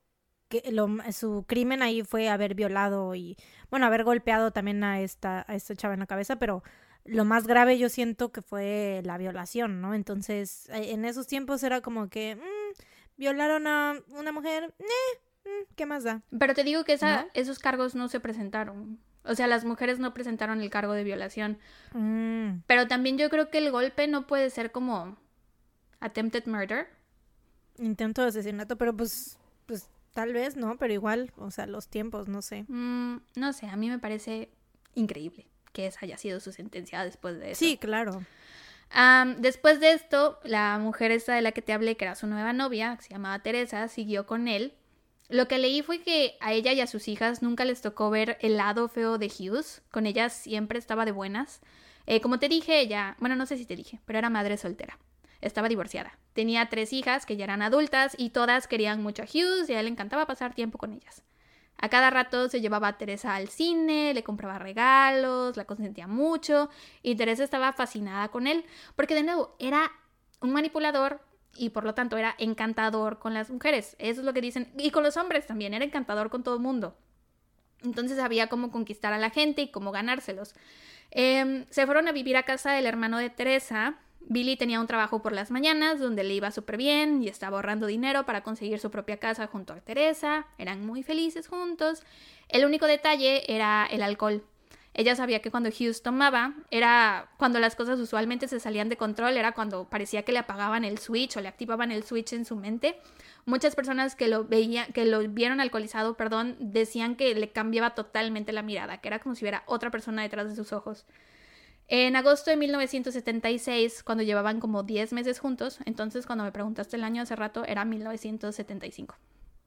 su crimen ahí fue haber violado y, bueno, haber golpeado también a esta chava en la cabeza, pero lo más grave yo siento que fue la violación, ¿no? Entonces, en esos tiempos era como que, violaron a una mujer, ¿qué más da? Pero te digo que ¿No? esos cargos no se presentaron. O sea, las mujeres no presentaron el cargo de violación. Pero también yo creo que el golpe no puede ser como attempted murder. Intento de asesinato, pero pues tal vez, ¿no? Pero igual, o sea, los tiempos, no sé. No sé, a mí me parece increíble que esa haya sido su sentencia después de eso. Sí, claro. Después de esto, la mujer esta de la que te hablé, que era su nueva novia, que se llamaba Teresa, siguió con él. Lo que leí fue que a ella y a sus hijas nunca les tocó ver el lado feo de Hughes. Con ellas siempre estaba de buenas. Como te dije, ella, bueno, no sé si te dije, pero era madre soltera. Estaba divorciada. Tenía 3 hijas que ya eran adultas y todas querían mucho a Hughes y a él le encantaba pasar tiempo con ellas. A cada rato se llevaba a Teresa al cine, le compraba regalos, la consentía mucho y Teresa estaba fascinada con él porque de nuevo era un manipulador y por lo tanto era encantador con las mujeres. Eso es lo que dicen. Y con los hombres también, era encantador con todo el mundo. Entonces sabía cómo conquistar a la gente y cómo ganárselos. Se fueron a vivir a casa del hermano de Teresa. Billy tenía un trabajo por las mañanas donde le iba súper bien y estaba ahorrando dinero para conseguir su propia casa junto a Teresa. Eran muy felices juntos. El único detalle era el alcohol. Ella sabía que cuando Hughes tomaba, era cuando las cosas usualmente se salían de control, era cuando parecía que le apagaban el switch o le activaban el switch en su mente. Muchas personas que lo vieron alcoholizado, decían que le cambiaba totalmente la mirada, que era como si hubiera otra persona detrás de sus ojos. En agosto de 1976, cuando llevaban como 10 meses juntos, entonces cuando me preguntaste el año hace rato, era 1975.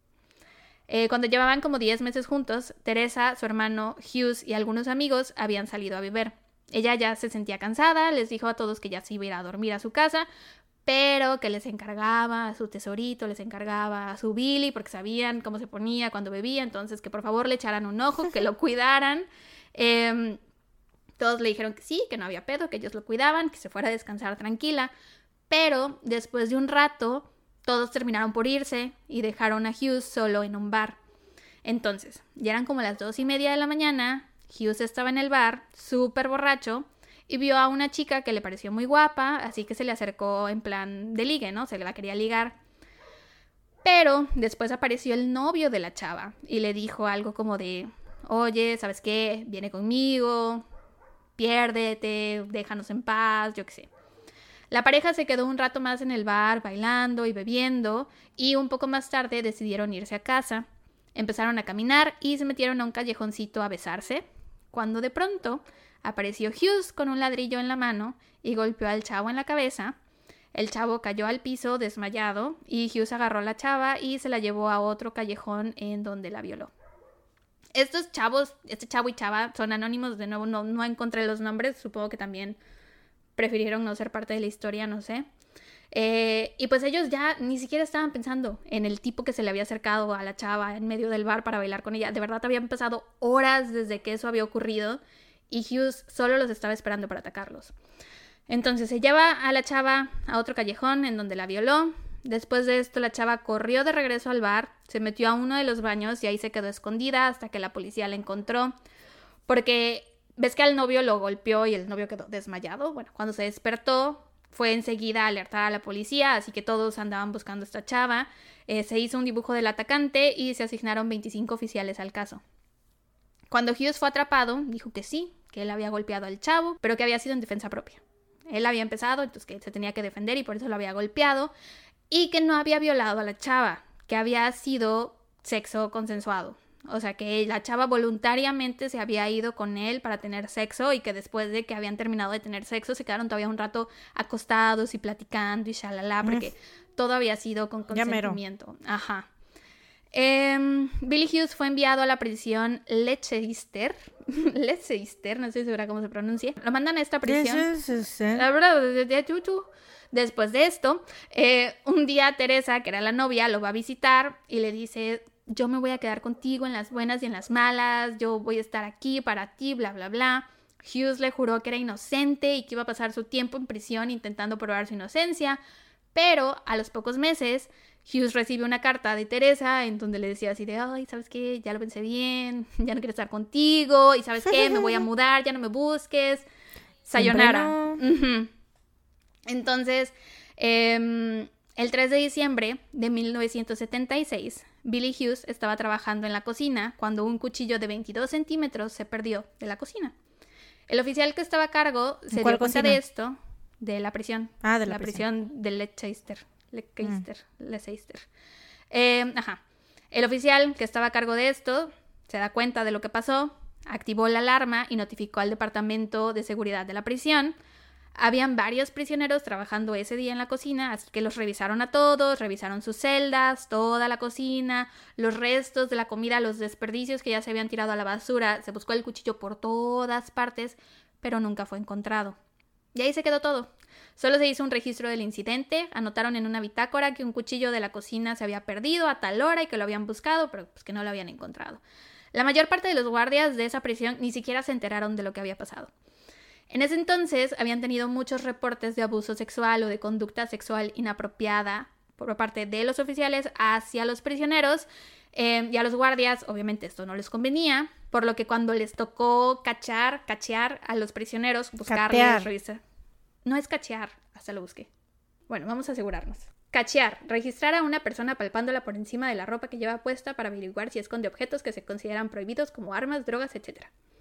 Cuando llevaban como 10 meses juntos, Teresa, su hermano, Hughes y algunos amigos habían salido a beber. Ella ya se sentía cansada, les dijo a todos que ya se iba a ir a dormir a su casa, pero que les encargaba a su tesorito, les encargaba a su Billy, porque sabían cómo se ponía cuando bebía, entonces que por favor le echaran un ojo, que lo cuidaran. Todos le dijeron que sí, que no había pedo, que ellos lo cuidaban, que se fuera a descansar tranquila, pero después de un rato todos terminaron por irse y dejaron a Hughes solo en un bar. Entonces, ya eran como las 2:30 de la mañana, Hughes estaba en el bar, súper borracho, y vio a una chica que le pareció muy guapa, así que se le acercó en plan de ligue, ¿no? Se la quería ligar. Pero después apareció el novio de la chava y le dijo algo como de, oye, ¿sabes qué? Viene conmigo, piérdete, déjanos en paz, yo qué sé. La pareja se quedó un rato más en el bar bailando y bebiendo y un poco más tarde decidieron irse a casa. Empezaron a caminar y se metieron a un callejoncito a besarse, cuando de pronto apareció Hughes con un ladrillo en la mano y golpeó al chavo en la cabeza. El chavo cayó al piso desmayado y Hughes agarró a la chava y se la llevó a otro callejón en donde la violó. Estos chavos, este chavo y chava, son anónimos, de nuevo no encontré los nombres, supongo que también prefirieron no ser parte de la historia, no sé. Y pues ellos ya ni siquiera estaban pensando en el tipo que se le había acercado a la chava en medio del bar para bailar con ella. De verdad habían pasado horas desde que eso había ocurrido y Hughes solo los estaba esperando para atacarlos. Entonces se lleva a la chava a otro callejón en donde la violó. Después de esto la chava corrió de regreso al bar, se metió a uno de los baños y ahí se quedó escondida hasta que la policía la encontró. Porque ves que al novio lo golpeó y el novio quedó desmayado. Bueno, cuando se despertó fue enseguida a alertar a la policía, así que todos andaban buscando a esta chava. Se hizo un dibujo del atacante y se asignaron 25 oficiales al caso. Cuando Hughes fue atrapado, dijo que sí, que él había golpeado al chavo, pero que había sido en defensa propia. Él había empezado, entonces que se tenía que defender y por eso lo había golpeado, y que no había violado a la chava, que había sido sexo consensuado. O sea, que la chava voluntariamente se había ido con él para tener sexo y que después de que habían terminado de tener sexo se quedaron todavía un rato acostados y platicando y shalala, porque todo había sido con consentimiento. Ajá. Billy Hughes fue enviado a la prisión Leicester, no estoy segura cómo se pronuncia. Lo mandan a esta prisión. La verdad, después de esto, un día Teresa, que era la novia, lo va a visitar y le dice: yo me voy a quedar contigo en las buenas y en las malas, yo voy a estar aquí para ti, bla, bla, bla. Hughes le juró que era inocente y que iba a pasar su tiempo en prisión intentando probar su inocencia, pero a los pocos meses Hughes recibe una carta de Teresa en donde le decía así de, ay, ¿sabes qué? Ya lo pensé bien, ya no quiero estar contigo, y ¿sabes qué? Me voy a mudar, ya no me busques. Sayonara. No. Uh-huh. Entonces, El 3 de diciembre de 1976, Billy Hughes estaba trabajando en la cocina cuando un cuchillo de 22 centímetros se perdió de la cocina. El oficial que estaba a cargo se dio cuenta de esto, de la prisión. Ah, de la prisión de Leicester. El oficial que estaba a cargo de esto se da cuenta de lo que pasó, activó la alarma y notificó al departamento de seguridad de la prisión. Habían varios prisioneros trabajando ese día en la cocina, así que los revisaron a todos, revisaron sus celdas, toda la cocina, los restos de la comida, los desperdicios que ya se habían tirado a la basura. Se buscó el cuchillo por todas partes, pero nunca fue encontrado. Y ahí se quedó todo. Solo se hizo un registro del incidente, anotaron en una bitácora que un cuchillo de la cocina se había perdido a tal hora y que lo habían buscado, pero pues que no lo habían encontrado. La mayor parte de los guardias de esa prisión ni siquiera se enteraron de lo que había pasado. En ese entonces habían tenido muchos reportes de abuso sexual o de conducta sexual inapropiada por parte de los oficiales hacia los prisioneros, y a los guardias obviamente esto no les convenía, por lo que cuando les tocó cachear a los prisioneros, buscarles, revisar. No es cachear, hasta lo busqué. Bueno, vamos a asegurarnos. Cachear, registrar a una persona palpándola por encima de la ropa que lleva puesta para averiguar si esconde objetos que se consideran prohibidos como armas, drogas, etc.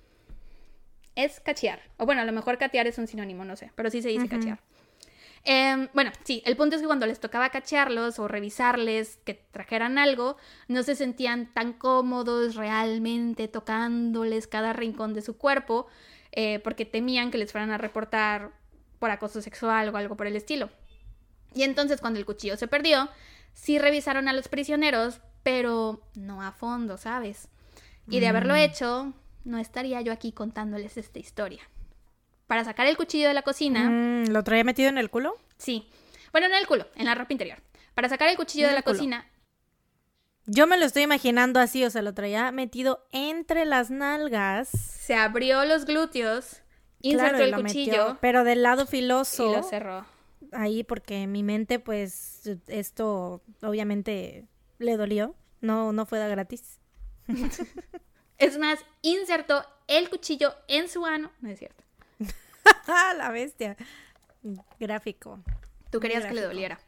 Es cachear. O bueno, a lo mejor catear es un sinónimo, no sé, pero sí se dice cachear. Bueno, sí, el punto es que cuando les tocaba cachearlos o revisarles que trajeran algo, no se sentían tan cómodos realmente tocándoles cada rincón de su cuerpo, porque temían que les fueran a reportar por acoso sexual o algo por el estilo. Y entonces cuando el cuchillo se perdió, sí revisaron a los prisioneros, pero no a fondo, ¿sabes? Y de haberlo hecho, no estaría yo aquí contándoles esta historia. Para sacar el cuchillo de la cocina... ¿Lo traía metido en el culo? Sí. Bueno, no en el culo, en la ropa interior. Para sacar el cuchillo de la cocina... Yo me lo estoy imaginando así, o sea, lo traía metido entre las nalgas. Se abrió los glúteos, insertó el cuchillo... Metió, pero del lado filoso. Y lo cerró. Ahí, porque en mi mente, pues, esto obviamente le dolió. No fue de gratis. Es más, insertó el cuchillo en su ano. No es cierto. La bestia. Gráfico. Tú querías que le doliera.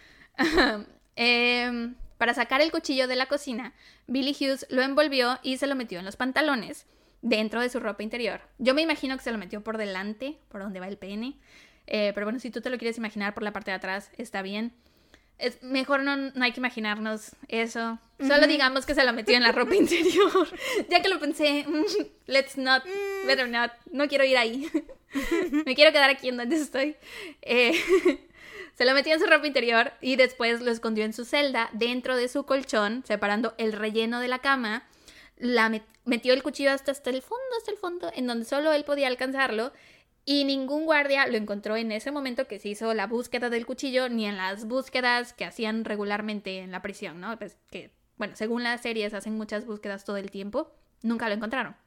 Para sacar el cuchillo de la cocina, Billy Hughes lo envolvió y se lo metió en los pantalones, dentro de su ropa interior. Yo me imagino que se lo metió por delante, por donde va el pene. Pero bueno, si tú te lo quieres imaginar por la parte de atrás, está bien. Es mejor no hay que imaginarnos eso. Solo digamos que se lo metió en la ropa interior. Ya que lo pensé, let's not, better not. No quiero ir ahí. Me quiero quedar aquí en donde estoy. Se lo metió en su ropa interior y después lo escondió en su celda, dentro de su colchón, separando el relleno de la cama. Metió el cuchillo hasta el fondo, en donde solo él podía alcanzarlo. Y ningún guardia lo encontró en ese momento que se hizo la búsqueda del cuchillo, ni en las búsquedas que hacían regularmente en la prisión, ¿no? Pues que, bueno, según las series hacen muchas búsquedas todo el tiempo. Nunca lo encontraron.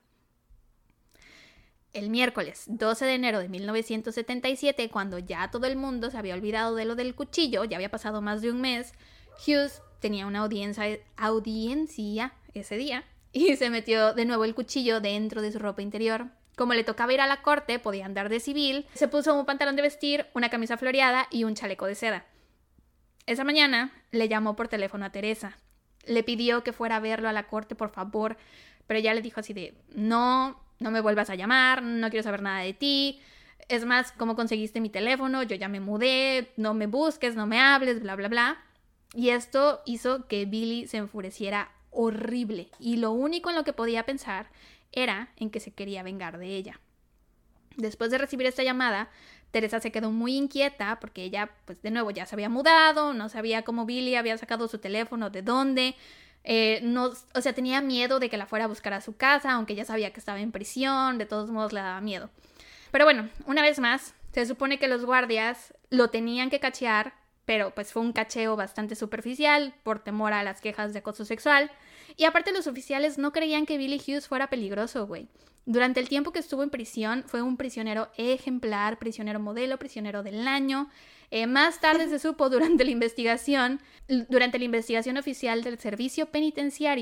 El miércoles 12 de enero de 1977, cuando ya todo el mundo se había olvidado de lo del cuchillo, ya había pasado más de un mes, Hughes tenía una audiencia ese día y se metió de nuevo el cuchillo dentro de su ropa interior. Como le tocaba ir a la corte, podía andar de civil, se puso un pantalón de vestir, una camisa floreada y un chaleco de seda. Esa mañana le llamó por teléfono a Teresa. Le pidió que fuera a verlo a la corte, por favor, pero ella le dijo así de, no me vuelvas a llamar, no quiero saber nada de ti. Es más, ¿cómo conseguiste mi teléfono? Yo ya me mudé, no me busques, no me hables, bla, bla, bla. Y esto hizo que Billy se enfureciera horrible. Y lo único en lo que podía pensar era en que se quería vengar de ella. Después de recibir esta llamada, Teresa se quedó muy inquieta porque ella, pues de nuevo, ya se había mudado, no sabía cómo Billy había sacado su teléfono, de dónde, tenía miedo de que la fuera a buscar a su casa, aunque ya sabía que estaba en prisión, de todos modos le daba miedo. Pero bueno, una vez más, se supone que los guardias lo tenían que cachear, pero pues fue un cacheo bastante superficial por temor a las quejas de acoso sexual. Y aparte los oficiales no creían que Billy Hughes fuera peligroso, güey. Durante el tiempo que estuvo en prisión fue un prisionero ejemplar, prisionero modelo, prisionero del año. Más tarde se supo durante la investigación oficial del servicio penitenciario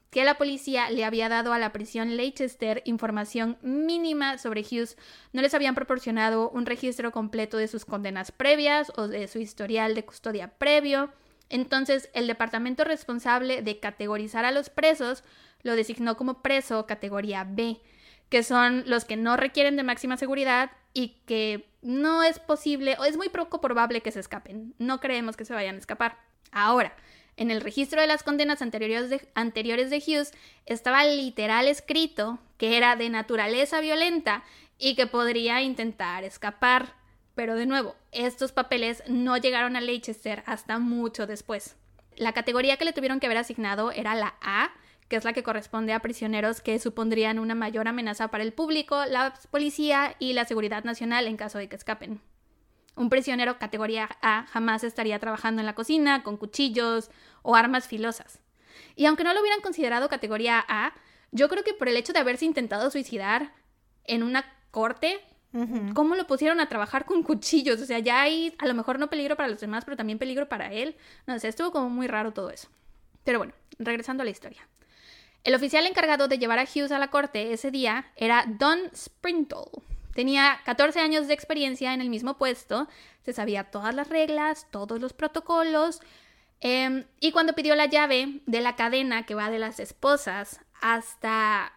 que la policía le había dado a la prisión Leicester información mínima sobre Hughes. No les habían proporcionado un registro completo de sus condenas previas o de su historial de custodia previo. Entonces, el departamento responsable de categorizar a los presos lo designó como preso categoría B, que son los que no requieren de máxima seguridad y que no es posible o es muy poco probable que se escapen. No creemos que se vayan a escapar. Ahora, en el registro de las condenas anteriores de Hughes estaba literal escrito que era de naturaleza violenta y que podría intentar escapar. Pero de nuevo, estos papeles no llegaron a Leicester hasta mucho después. La categoría que le tuvieron que haber asignado era la A, que es la que corresponde a prisioneros que supondrían una mayor amenaza para el público, la policía y la seguridad nacional en caso de que escapen. Un prisionero categoría A jamás estaría trabajando en la cocina con cuchillos o armas filosas. Y aunque no lo hubieran considerado categoría A, yo creo que por el hecho de haberse intentado suicidar en una corte, ¿cómo lo pusieron a trabajar con cuchillos? O sea, ya hay a lo mejor no peligro para los demás, pero también peligro para él. No sé, estuvo como muy raro todo eso. Pero bueno, regresando a la historia. El oficial encargado de llevar a Hughes a la corte ese día era Don Sprintle. Tenía 14 años de experiencia en el mismo puesto, se sabía todas las reglas, todos los protocolos, y cuando pidió la llave de la cadena que va de las esposas hasta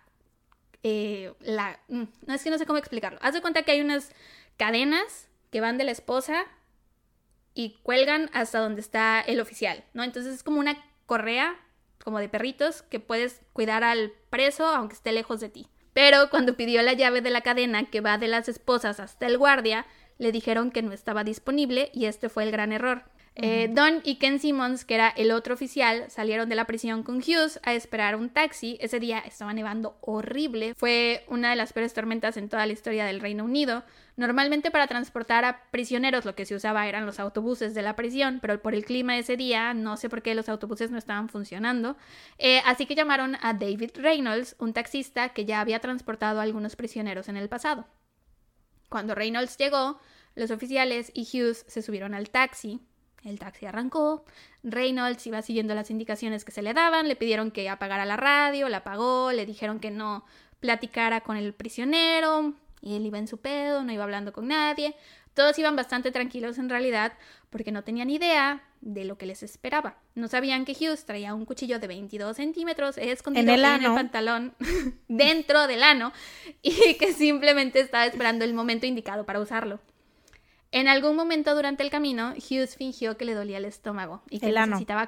no, es que no sé cómo explicarlo. Haz de cuenta que hay unas cadenas que van de la esposa y cuelgan hasta donde está el oficial, ¿no? Entonces es como una correa, como de perritos, que puedes cuidar al preso aunque esté lejos de ti. Pero cuando pidió la llave de la cadena que va de las esposas hasta el guardia, le dijeron que no estaba disponible y este fue el gran error. Don y Ken Simmons, que era el otro oficial, salieron de la prisión con Hughes a esperar un taxi. Ese día estaba nevando horrible. Fue una de las peores tormentas en toda la historia del Reino Unido. Normalmente para transportar a prisioneros lo que se usaba eran los autobuses de la prisión, pero por el clima ese día no sé por qué los autobuses no estaban funcionando. Así que llamaron a David Reynolds, un taxista que ya había transportado a algunos prisioneros en el pasado. Cuando Reynolds llegó, los oficiales y Hughes se subieron al taxi. El taxi arrancó, Reynolds iba siguiendo las indicaciones que se le daban, le pidieron que apagara la radio, la apagó, le dijeron que no platicara con el prisionero, y él iba en su pedo, no iba hablando con nadie. Todos iban bastante tranquilos en realidad, porque no tenían idea de lo que les esperaba. No sabían que Hughes traía un cuchillo de 22 centímetros escondido en el pantalón, dentro del ano, y que simplemente estaba esperando el momento indicado para usarlo. En algún momento durante el camino, Hughes fingió que le dolía el estómago y que necesitaba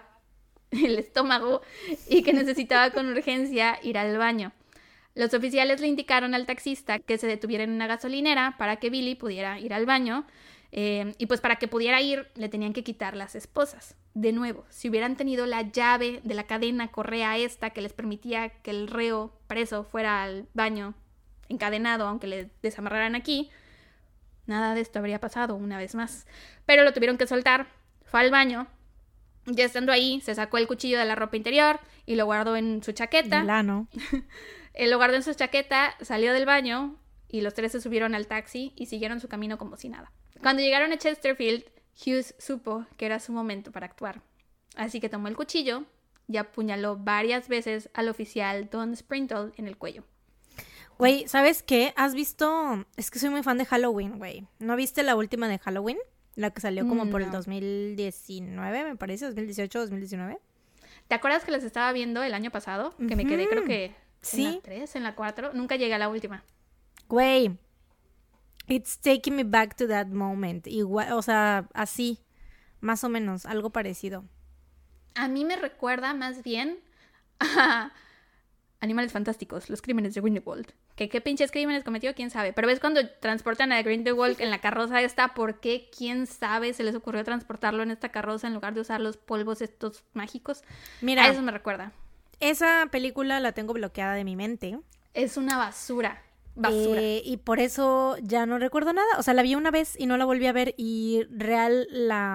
con urgencia ir al baño. Los oficiales le indicaron al taxista que se detuviera en una gasolinera para que Billy pudiera ir al baño, y pues para que pudiera ir le tenían que quitar las esposas. De nuevo, si hubieran tenido la llave de la cadena correa esta que les permitía que el reo preso fuera al baño encadenado, aunque le desamarraran aquí, nada de esto habría pasado una vez más. Pero lo tuvieron que soltar. Fue al baño. Ya estando ahí, se sacó el cuchillo de la ropa interior y lo guardó en su chaqueta. Lo guardó en su chaqueta, salió del baño y los tres se subieron al taxi y siguieron su camino como si nada. Cuando llegaron a Chesterfield, Hughes supo que era su momento para actuar. Así que tomó el cuchillo y apuñaló varias veces al oficial Don Sprintle en el cuello. Güey, ¿sabes qué? ¿Has visto? Es que soy muy fan de Halloween, güey. ¿No viste la última de Halloween? La que salió como por el 2019, me parece, 2018, 2019. ¿Te acuerdas que las estaba viendo el año pasado? Que me quedé, creo que en la 3, en la 4. Nunca llegué a la última. Güey, it's taking me back to that moment. Igual, o sea, así, más o menos, algo parecido. A mí me recuerda más bien a Animales Fantásticos, los crímenes de Grindelwald. ¿Qué pinches crímenes cometió? ¿Quién sabe? Pero ves cuando transportan a Grindelwald en la carroza esta, ¿por qué? ¿Quién sabe? Se les ocurrió transportarlo en esta carroza en lugar de usar los polvos estos mágicos. Mira, a eso me recuerda. Esa película la tengo bloqueada de mi mente. Es una basura. Y por eso ya no recuerdo nada. O sea, la vi una vez y no la volví a ver y real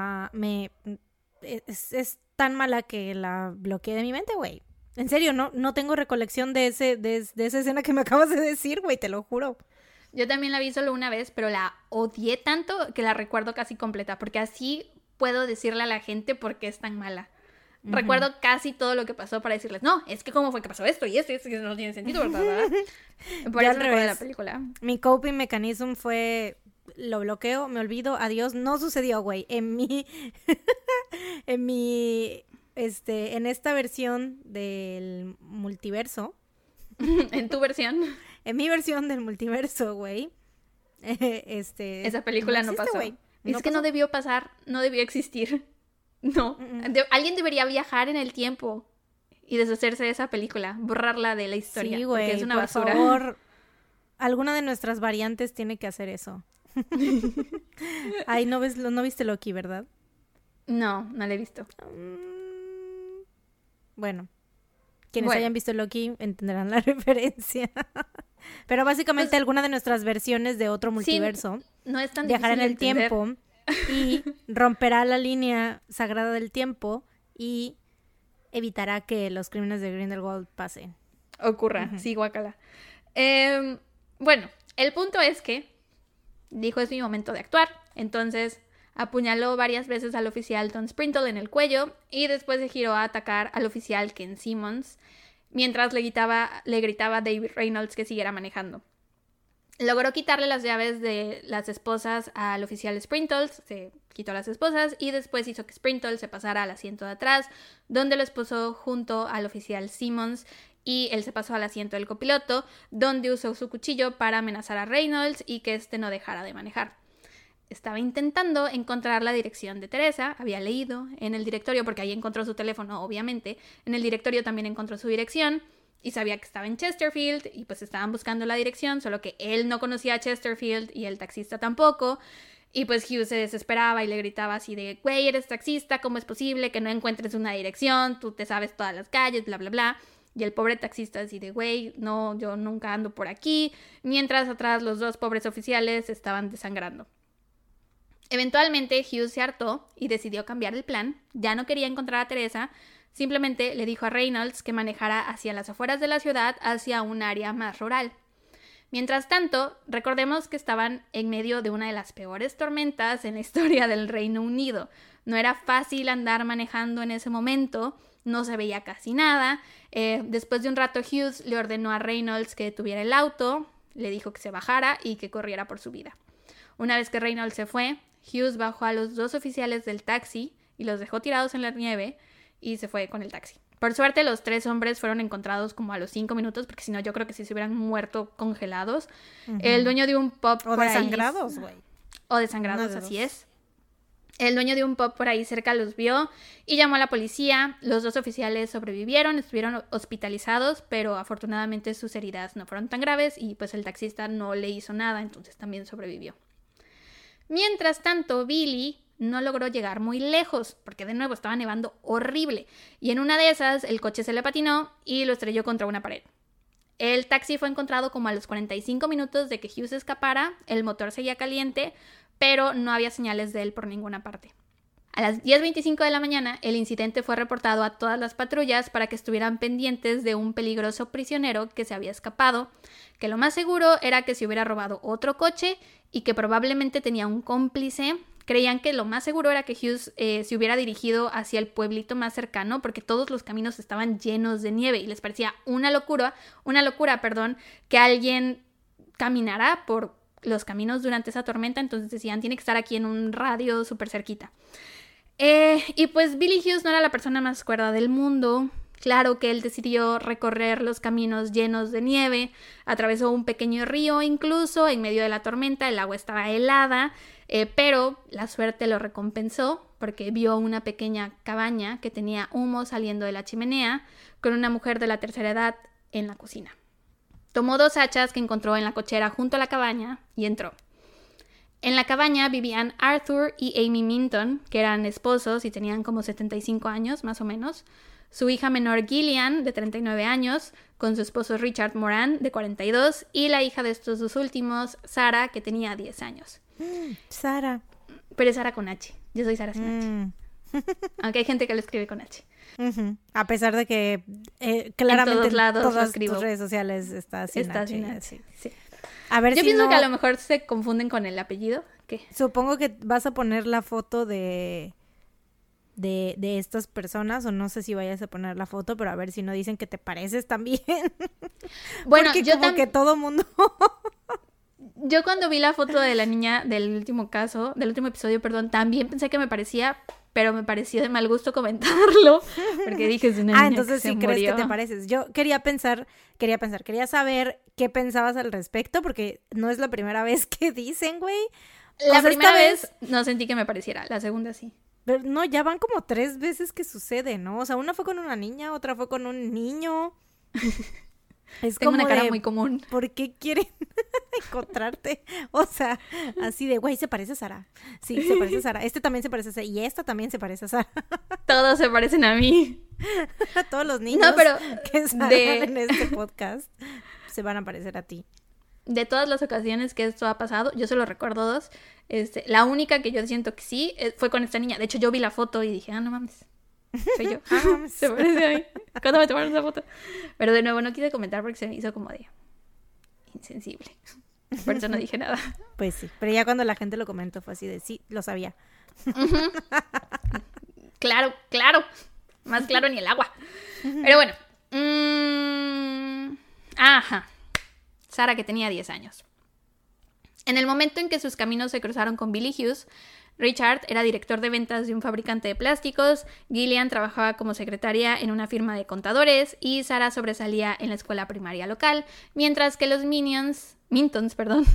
es tan mala que la bloqueé de mi mente, güey. En serio, no tengo recolección de esa escena que me acabas de decir, güey, te lo juro. Yo también la vi solo una vez, pero la odié tanto que la recuerdo casi completa, porque así puedo decirle a la gente por qué es tan mala. recuerdo casi todo lo que pasó para decirles, no, es que cómo fue que pasó esto y esto no tiene sentido, ¿verdad? Por eso recuerdo la película. Mi coping mechanism fue, lo bloqueo, me olvido, adiós, no sucedió, güey. En esta versión del multiverso. ¿En tu versión? En mi versión del multiverso, güey. Esa película no pasó. Güey. Es que no debió pasar, no debió existir. No. Alguien debería viajar en el tiempo y deshacerse de esa película, borrarla de la historia. Sí, güey, porque es una por basura. favor, alguna de nuestras variantes tiene que hacer eso. Ay, no viste Loki, ¿verdad? No la he visto. Bueno, quienes hayan visto Loki entenderán la referencia. Pero básicamente pues, alguna de nuestras versiones de otro multiverso no es tan viajará en el entender. tiempo y romperá la línea sagrada del tiempo y evitará que los crímenes de Grindelwald pasen. Ocurra, sí, guácala. Bueno, el punto es que dijo, es mi momento de actuar. Entonces apuñaló varias veces al oficial Tom Sprintle en el cuello y después se giró a atacar al oficial Ken Simmons mientras le gritaba a David Reynolds que siguiera manejando. Logró quitarle las llaves de las esposas al oficial Sprintle, se quitó las esposas y después hizo que Sprintle se pasara al asiento de atrás, donde lo esposó junto al oficial Simmons y él se pasó al asiento del copiloto, donde usó su cuchillo para amenazar a Reynolds y que éste no dejara de manejar. Estaba intentando encontrar la dirección de Teresa, había leído en el directorio, porque ahí encontró su teléfono, obviamente, en el directorio también encontró su dirección, y sabía que estaba en Chesterfield, y pues estaban buscando la dirección, solo que él no conocía a Chesterfield, y el taxista tampoco, y pues Hugh se desesperaba y le gritaba así de, güey, eres taxista, ¿cómo es posible que no encuentres una dirección? Tú te sabes todas las calles, bla, bla, bla. Y el pobre taxista así de, güey, no, yo nunca ando por aquí, mientras atrás los dos pobres oficiales estaban desangrando. Eventualmente Hugh se hartó y decidió cambiar el plan, ya no quería encontrar a Teresa, simplemente le dijo a Reynolds que manejara hacia las afueras de la ciudad, hacia un área más rural. Mientras tanto, recordemos que estaban en medio de una de las peores tormentas en la historia del Reino Unido. No era fácil andar manejando en ese momento, no se veía casi nada. Después de un rato Hughes le ordenó a Reynolds que detuviera el auto, le dijo que se bajara y que corriera por su vida. Una vez que Reynolds se fue, Hughes bajó a los dos oficiales del taxi y los dejó tirados en la nieve y se fue con el taxi. Por suerte, los tres hombres fueron encontrados como a los 5 minutos, porque si no, yo creo que sí se hubieran muerto congelados. El dueño de un pub por ahí... O desangrados, güey. O desangrados, así es. El dueño de un pub por ahí cerca los vio y llamó a la policía. Los dos oficiales sobrevivieron, estuvieron hospitalizados, pero afortunadamente sus heridas no fueron tan graves y pues el taxista no le hizo nada, entonces también sobrevivió. Mientras tanto, Billy no logró llegar muy lejos, porque de nuevo estaba nevando horrible, y en una de esas el coche se le patinó y lo estrelló contra una pared. El taxi fue encontrado como a los 45 minutos de que Hughes escapara, el motor seguía caliente, pero no había señales de él por ninguna parte. A las 10:25 de la mañana, el incidente fue reportado a todas las patrullas para que estuvieran pendientes de un peligroso prisionero que se había escapado, que lo más seguro era que se hubiera robado otro coche y que probablemente tenía un cómplice. Creían que lo más seguro era que Hughes se hubiera dirigido hacia el pueblito más cercano porque todos los caminos estaban llenos de nieve y les parecía una locura, que alguien caminara por los caminos durante esa tormenta, entonces decían, tiene que estar aquí en un radio súper cerquita. Y pues Billy Hughes no era la persona más cuerda del mundo. Claro que él decidió recorrer los caminos llenos de nieve, atravesó un pequeño río incluso, en medio de la tormenta, el agua estaba helada, pero la suerte lo recompensó porque vio una pequeña cabaña que tenía humo saliendo de la chimenea con una mujer de la tercera edad en la cocina. Tomó 2 hachas que encontró en la cochera junto a la cabaña y entró. En la cabaña vivían Arthur y Amy Minton, que eran esposos y tenían como 75 años más o menos. Su hija menor Gillian, de 39 años, con su esposo Richard Moran, de 42, y la hija de estos dos últimos, Sara, que tenía 10 años. Sara. Pero es Sara con H. Yo soy Sara sin H. Aunque hay gente que lo escribe con H. A pesar de que claramente en todos lados todas tus redes sociales está sin H. Sí. A ver, yo pienso que a lo mejor se confunden con el apellido. ¿Qué? Supongo que vas a poner la foto de de estas personas, o no sé si vayas a poner la foto, pero a ver si no dicen que te pareces también. Bueno, porque como que todo mundo... Yo cuando vi la foto de la niña del último episodio, perdón, también pensé que me parecía, pero me pareció de mal gusto comentarlo, porque dije, es una niña entonces que sí se crees murió. que te pareces. Yo quería saber qué pensabas al respecto, porque no es la primera vez que dicen, güey. La primera vez no sentí que me pareciera, la segunda sí. Pero no, ya van como 3 veces que sucede, ¿no? O sea, una fue con una niña, otra fue con un niño. Es Tengo como una cara muy común. ¿por qué quieren encontrarte? O sea, así de, güey, se parece a Sara. Sí, se parece a Sara. Este también se parece a Sara. Y esta también se parece a Sara. Todos se parecen a mí. Todos los niños que salgan en este podcast se van a parecer a ti. De todas las ocasiones que esto ha pasado, yo solo recuerdo 2. La única que yo siento que sí fue con esta niña. De hecho, yo vi la foto y dije, no mames. Soy yo. Se parece a mí. ¿Cuándo me tomaron esa foto? Pero de nuevo no quise comentar porque se me hizo como de insensible. Por eso no dije nada. Pues sí, pero ya cuando la gente lo comentó fue así de sí, lo sabía. Claro. Más claro ni el agua. Pero bueno. Ajá. Sara, que tenía 10 años. En el momento en que sus caminos se cruzaron con Billy Hughes, Richard era director de ventas de un fabricante de plásticos, Gillian trabajaba como secretaria en una firma de contadores y Sara sobresalía en la escuela primaria local, mientras que los Mintons, Mintons.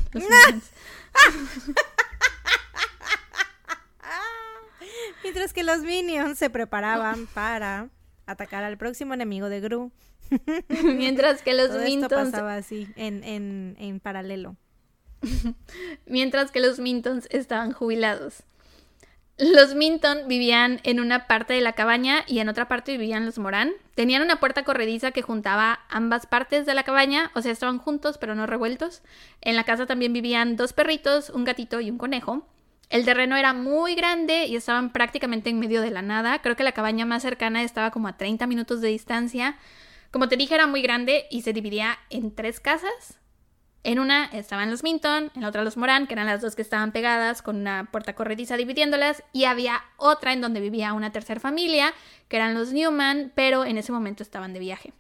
Mientras que los Minions se preparaban para atacar al próximo enemigo de Gru. Mientras que los Todo Mintons... esto pasaba así, en paralelo. Mientras que los Mintons estaban jubilados. Los Minton vivían en una parte de la cabaña y en otra parte vivían los Moran. Tenían una puerta corrediza que juntaba ambas partes de la cabaña, o sea, estaban juntos pero no revueltos. En la casa también vivían 2 perritos, un gatito y un conejo. El terreno era muy grande y estaban prácticamente en medio de la nada. Creo que la cabaña más cercana estaba como a 30 minutos de distancia. Como te dije, era muy grande y se dividía en 3 casas. En una estaban los Minton, en la otra los Moran, que eran las 2 que estaban pegadas con una puerta corrediza dividiéndolas, y había otra en donde vivía una tercera familia, que eran los Newman, pero en ese momento estaban de viaje.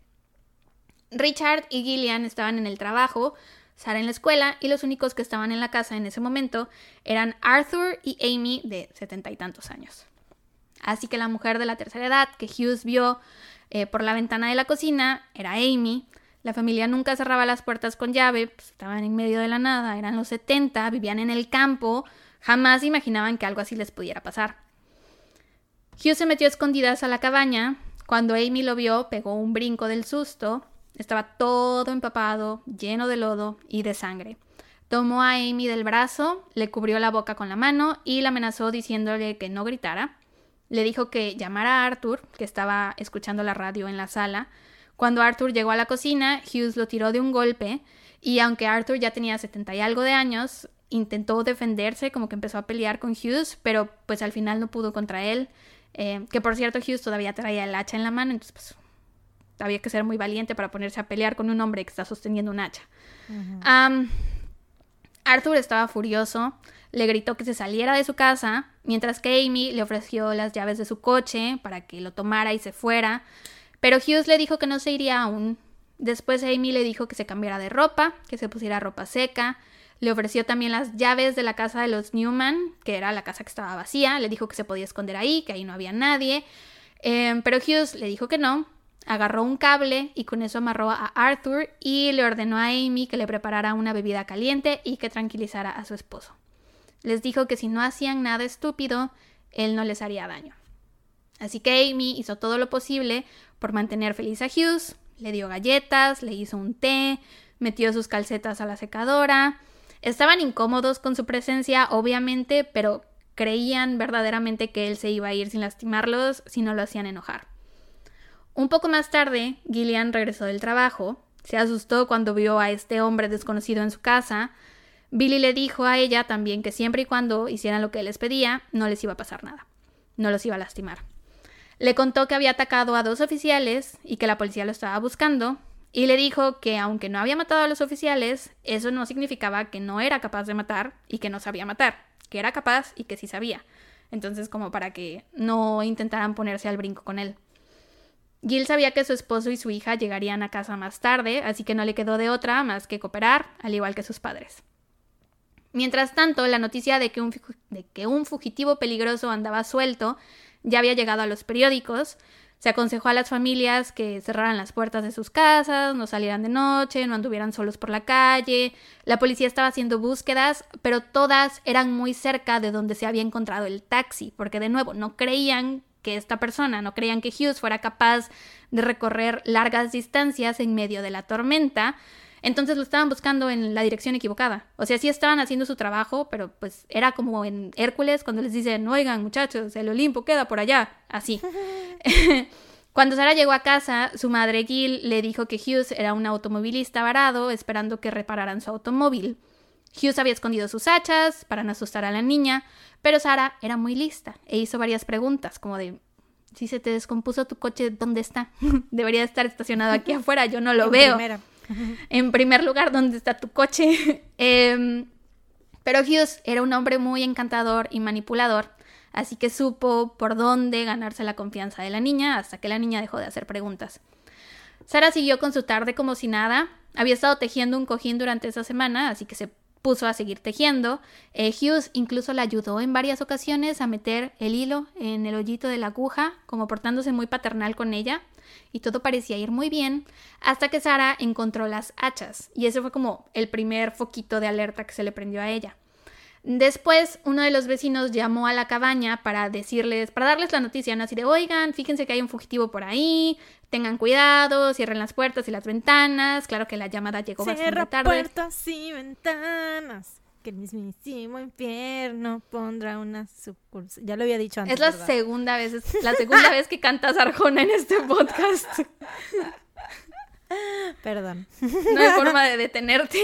Richard y Gillian estaban en el trabajo, Sara en la escuela, y los únicos que estaban en la casa en ese momento eran Arthur y Amy, de 70 y tantos años. Así que la mujer de la tercera edad que Hughes vio por la ventana de la cocina era Amy. La familia nunca cerraba las puertas con llave, pues estaban en medio de la nada, eran los 70, vivían en el campo, jamás imaginaban que algo así les pudiera pasar. Hughes se metió a escondidas a la cabaña. Cuando Amy lo vio, pegó un brinco del susto. Estaba todo empapado, lleno de lodo y de sangre. Tomó a Amy del brazo, le cubrió la boca con la mano y la amenazó diciéndole que no gritara. Le dijo que llamara a Arthur, que estaba escuchando la radio en la sala. Cuando Arthur llegó a la cocina, Hughes lo tiró de un golpe y aunque Arthur ya tenía 70 y algo de años, intentó defenderse, como que empezó a pelear con Hughes, pero pues al final no pudo contra él. Que por cierto, Hughes todavía traía el hacha en la mano, entonces pues había que ser muy valiente para ponerse a pelear con un hombre que está sosteniendo un hacha. Uh-huh. Arthur estaba furioso, le gritó que se saliera de su casa, mientras que Amy le ofreció las llaves de su coche para que lo tomara y se fuera. Pero Hughes le dijo que no se iría aún. Después Amy le dijo que se cambiara de ropa, que se pusiera ropa seca. Le ofreció también las llaves de la casa de los Newman, que era la casa que estaba vacía. Le dijo que se podía esconder ahí, que ahí no había nadie. Pero Hughes le dijo que no. Agarró un cable y con eso amarró a Arthur y le ordenó a Amy que le preparara una bebida caliente y que tranquilizara a su esposo. Les dijo que si no hacían nada estúpido, él no les haría daño. Así que Amy hizo todo lo posible por mantener feliz a Hughes, le dio galletas, le hizo un té, metió sus calcetas a la secadora. Estaban incómodos con su presencia, obviamente, pero creían verdaderamente que él se iba a ir sin lastimarlos si no lo hacían enojar. Un poco más tarde, Gillian regresó del trabajo, se asustó cuando vio a este hombre desconocido en su casa. Billy le dijo a ella también que siempre y cuando hicieran lo que él les pedía, no les iba a pasar nada, no los iba a lastimar. Le contó que había atacado a 2 oficiales y que la policía lo estaba buscando, y le dijo que aunque no había matado a los oficiales, eso no significaba que no era capaz de matar y que no sabía matar, que era capaz y que sí sabía. Entonces, como para que no intentaran ponerse al brinco con él. Gil sabía que su esposo y su hija llegarían a casa más tarde, así que no le quedó de otra más que cooperar, al igual que sus padres. Mientras tanto, la noticia de que un fugitivo peligroso andaba suelto ya había llegado a los periódicos. Se aconsejó a las familias que cerraran las puertas de sus casas, no salieran de noche, no anduvieran solos por la calle. La policía estaba haciendo búsquedas, pero todas eran muy cerca de donde se había encontrado el taxi, porque de nuevo no creían que Hughes fuera capaz de recorrer largas distancias en medio de la tormenta. Entonces lo estaban buscando en la dirección equivocada. O sea, sí estaban haciendo su trabajo, pero pues era como en Hércules cuando les dicen, oigan muchachos, el Olimpo queda por allá. Así. Cuando Sarah llegó a casa, su madre Gil le dijo que Hughes era un automovilista varado esperando que repararan su automóvil. Hughes había escondido sus hachas para no asustar a la niña, pero Sarah era muy lista e hizo varias preguntas, como de, si se te descompuso tu coche, ¿dónde está? Debería estar estacionado aquí afuera, yo no lo veo. En primer lugar, ¿dónde está tu coche? Pero Hughes era un hombre muy encantador y manipulador, así que supo por dónde ganarse la confianza de la niña hasta que la niña dejó de hacer preguntas. Sarah siguió con su tarde como si nada. Había estado tejiendo un cojín durante esa semana, así que se puso a seguir tejiendo. Hughes incluso la ayudó en varias ocasiones a meter el hilo en el hoyito de la aguja, como portándose muy paternal con ella. Y todo parecía ir muy bien, hasta que Sarah encontró las hachas. Y ese fue como el primer foquito de alerta que se le prendió a ella. Después, uno de los vecinos llamó a la cabaña para darles la noticia, ¿no? Así de, oigan, fíjense que hay un fugitivo por ahí, tengan cuidado, cierren las puertas y las ventanas. Claro que la llamada llegó bastante tarde. Cierra puertas y ventanas, que el mismísimo infierno pondrá una sucursal. Ya lo había dicho antes, Es la ¿verdad? segunda vez que cantas Arjona en este podcast. Perdón. No hay forma de detenerte.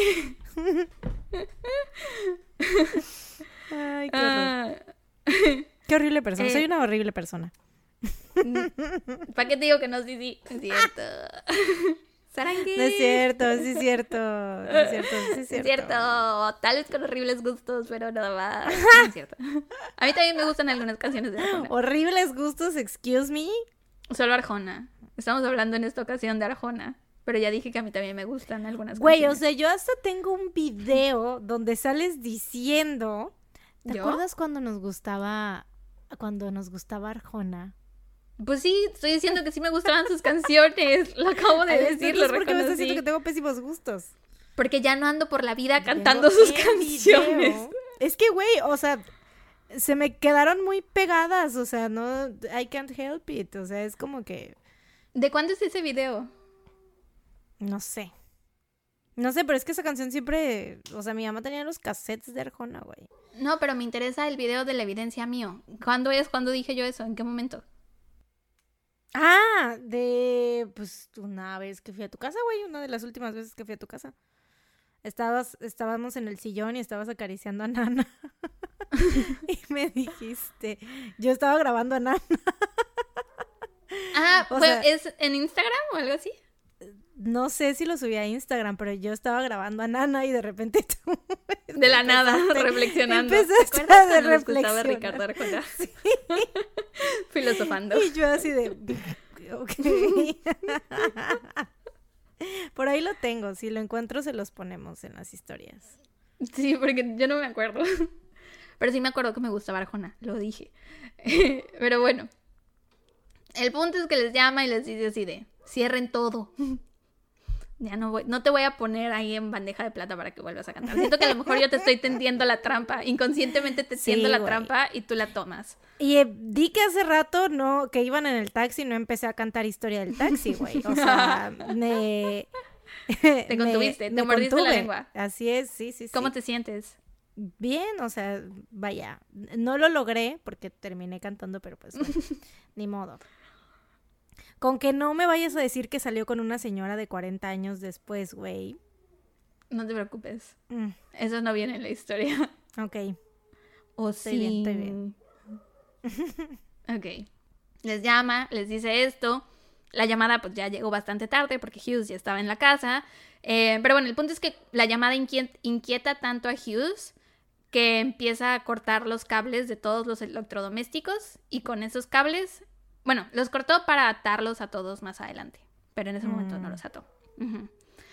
Ay, qué horror. Qué horrible persona. Soy una horrible persona. ¿Para qué te digo que no? Sí, es cierto. Sarangue. No es cierto, sí es cierto. No es cierto, sí es cierto. Es cierto. Tal vez con horribles gustos, pero nada más. No es cierto. A mí también me gustan algunas canciones de Arjona. Horribles gustos, excuse me. Solo Arjona. Estamos hablando en esta ocasión de Arjona. Pero ya dije que a mí también me gustan algunas Güey, canciones. o sea, yo hasta tengo un video donde sales diciendo... ¿Te acuerdas cuando nos gustaba Arjona? Pues sí, estoy diciendo que sí me gustaban sus canciones. Lo acabo de decir, lo ¿Por qué me estás diciendo reconocí. que tengo pésimos gustos? Porque ya no ando por la vida cantando sus canciones. Video. Es que, güey, o sea, se me quedaron muy pegadas, o sea, no, I can't help it, o sea, es como que... ¿De cuándo es ese video? No sé, pero es que esa canción siempre, o sea, mi mamá tenía los cassettes de Arjona, güey. No, pero me interesa el video de La Evidencia Mío. ¿Cuándo es? ¿Cuándo dije yo eso? ¿En qué momento? Ah, pues, una vez que fui a tu casa, güey, una de las últimas veces que fui a tu casa. Estábamos en el sillón y estabas acariciando a Nana. Y me dijiste, yo estaba grabando a Nana. Ah, O sea, ¿es en Instagram o algo así? No sé si lo subí a Instagram, pero yo estaba grabando a Nana y de repente tú... De la nada, reflexionando. Empezaste ¿Te acuerdas a cuando nos gustaba reflexionar? Ricardo Arjona? Sí. Filosofando. Y yo así de... Ok. Por ahí lo tengo. Si lo encuentro, se los ponemos en las historias. Sí, porque yo no me acuerdo. Pero sí me acuerdo que me gustaba Arjona, lo dije. Pero bueno. El punto es que les llama y les dice así de... Cierren todo. Ya no te voy a poner ahí en bandeja de plata para que vuelvas a cantar. Siento que a lo mejor yo te estoy tendiendo la trampa. Inconscientemente te tiendo la trampa y tú la tomas. Y di que hace rato que iban en el taxi, no empecé a cantar Historia del Taxi, güey. O sea, Te contuviste, te mordiste la lengua. Así es, sí. ¿Cómo te sientes? Bien, o sea, vaya. No lo logré porque terminé cantando, pero pues bueno, ni modo. Con que no me vayas a decir que salió con una señora de 40 años después, güey. No te preocupes. Eso no viene en la historia. Ok. O sí. Estoy bien. Ok. Les llama, les dice esto. La llamada pues ya llegó bastante tarde porque Hughes ya estaba en la casa. Pero bueno, el punto es que la llamada inquieta tanto a Hughes que empieza a cortar los cables de todos los electrodomésticos y con esos cables, bueno, los cortó para atarlos a todos más adelante, pero en ese momento no los ató. Uh-huh.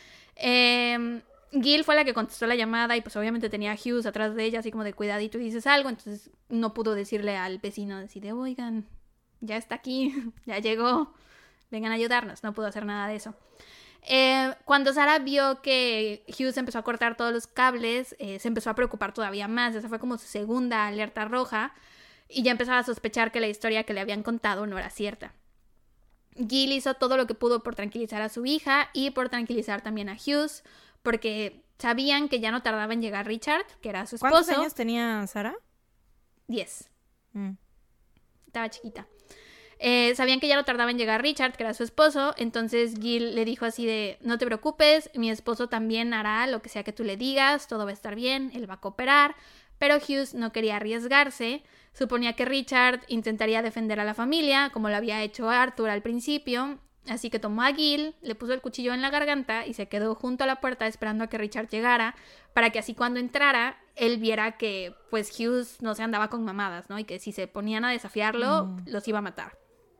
Gil fue la que contestó la llamada y pues obviamente tenía a Hughes atrás de ella, así como de cuidadito y dices algo, entonces no pudo decirle al vecino, decir, oigan, ya está aquí, ya llegó, vengan a ayudarnos, no pudo hacer nada de eso. Cuando Sarah vio que Hughes empezó a cortar todos los cables, se empezó a preocupar todavía más. Esa fue como su segunda alerta roja y ya empezaba a sospechar que la historia que le habían contado no era cierta. Gil hizo todo lo que pudo por tranquilizar a su hija y por tranquilizar también a Hughes, porque sabían que ya no tardaba en llegar Richard, que era su esposo. ¿Cuántos años tenía Sarah? 10. Estaba chiquita. Sabían que ya no tardaba en llegar Richard, que era su esposo, entonces Gil le dijo así de, no te preocupes, mi esposo también hará lo que sea que tú le digas, todo va a estar bien, él va a cooperar, pero Hughes no quería arriesgarse, suponía que Richard intentaría defender a la familia, como lo había hecho Arthur al principio, así que tomó a Gil, le puso el cuchillo en la garganta y se quedó junto a la puerta esperando a que Richard llegara, para que así cuando entrara, él viera que pues Hughes no se andaba con mamadas, ¿no? Y que si se ponían a desafiarlo, los iba a matar.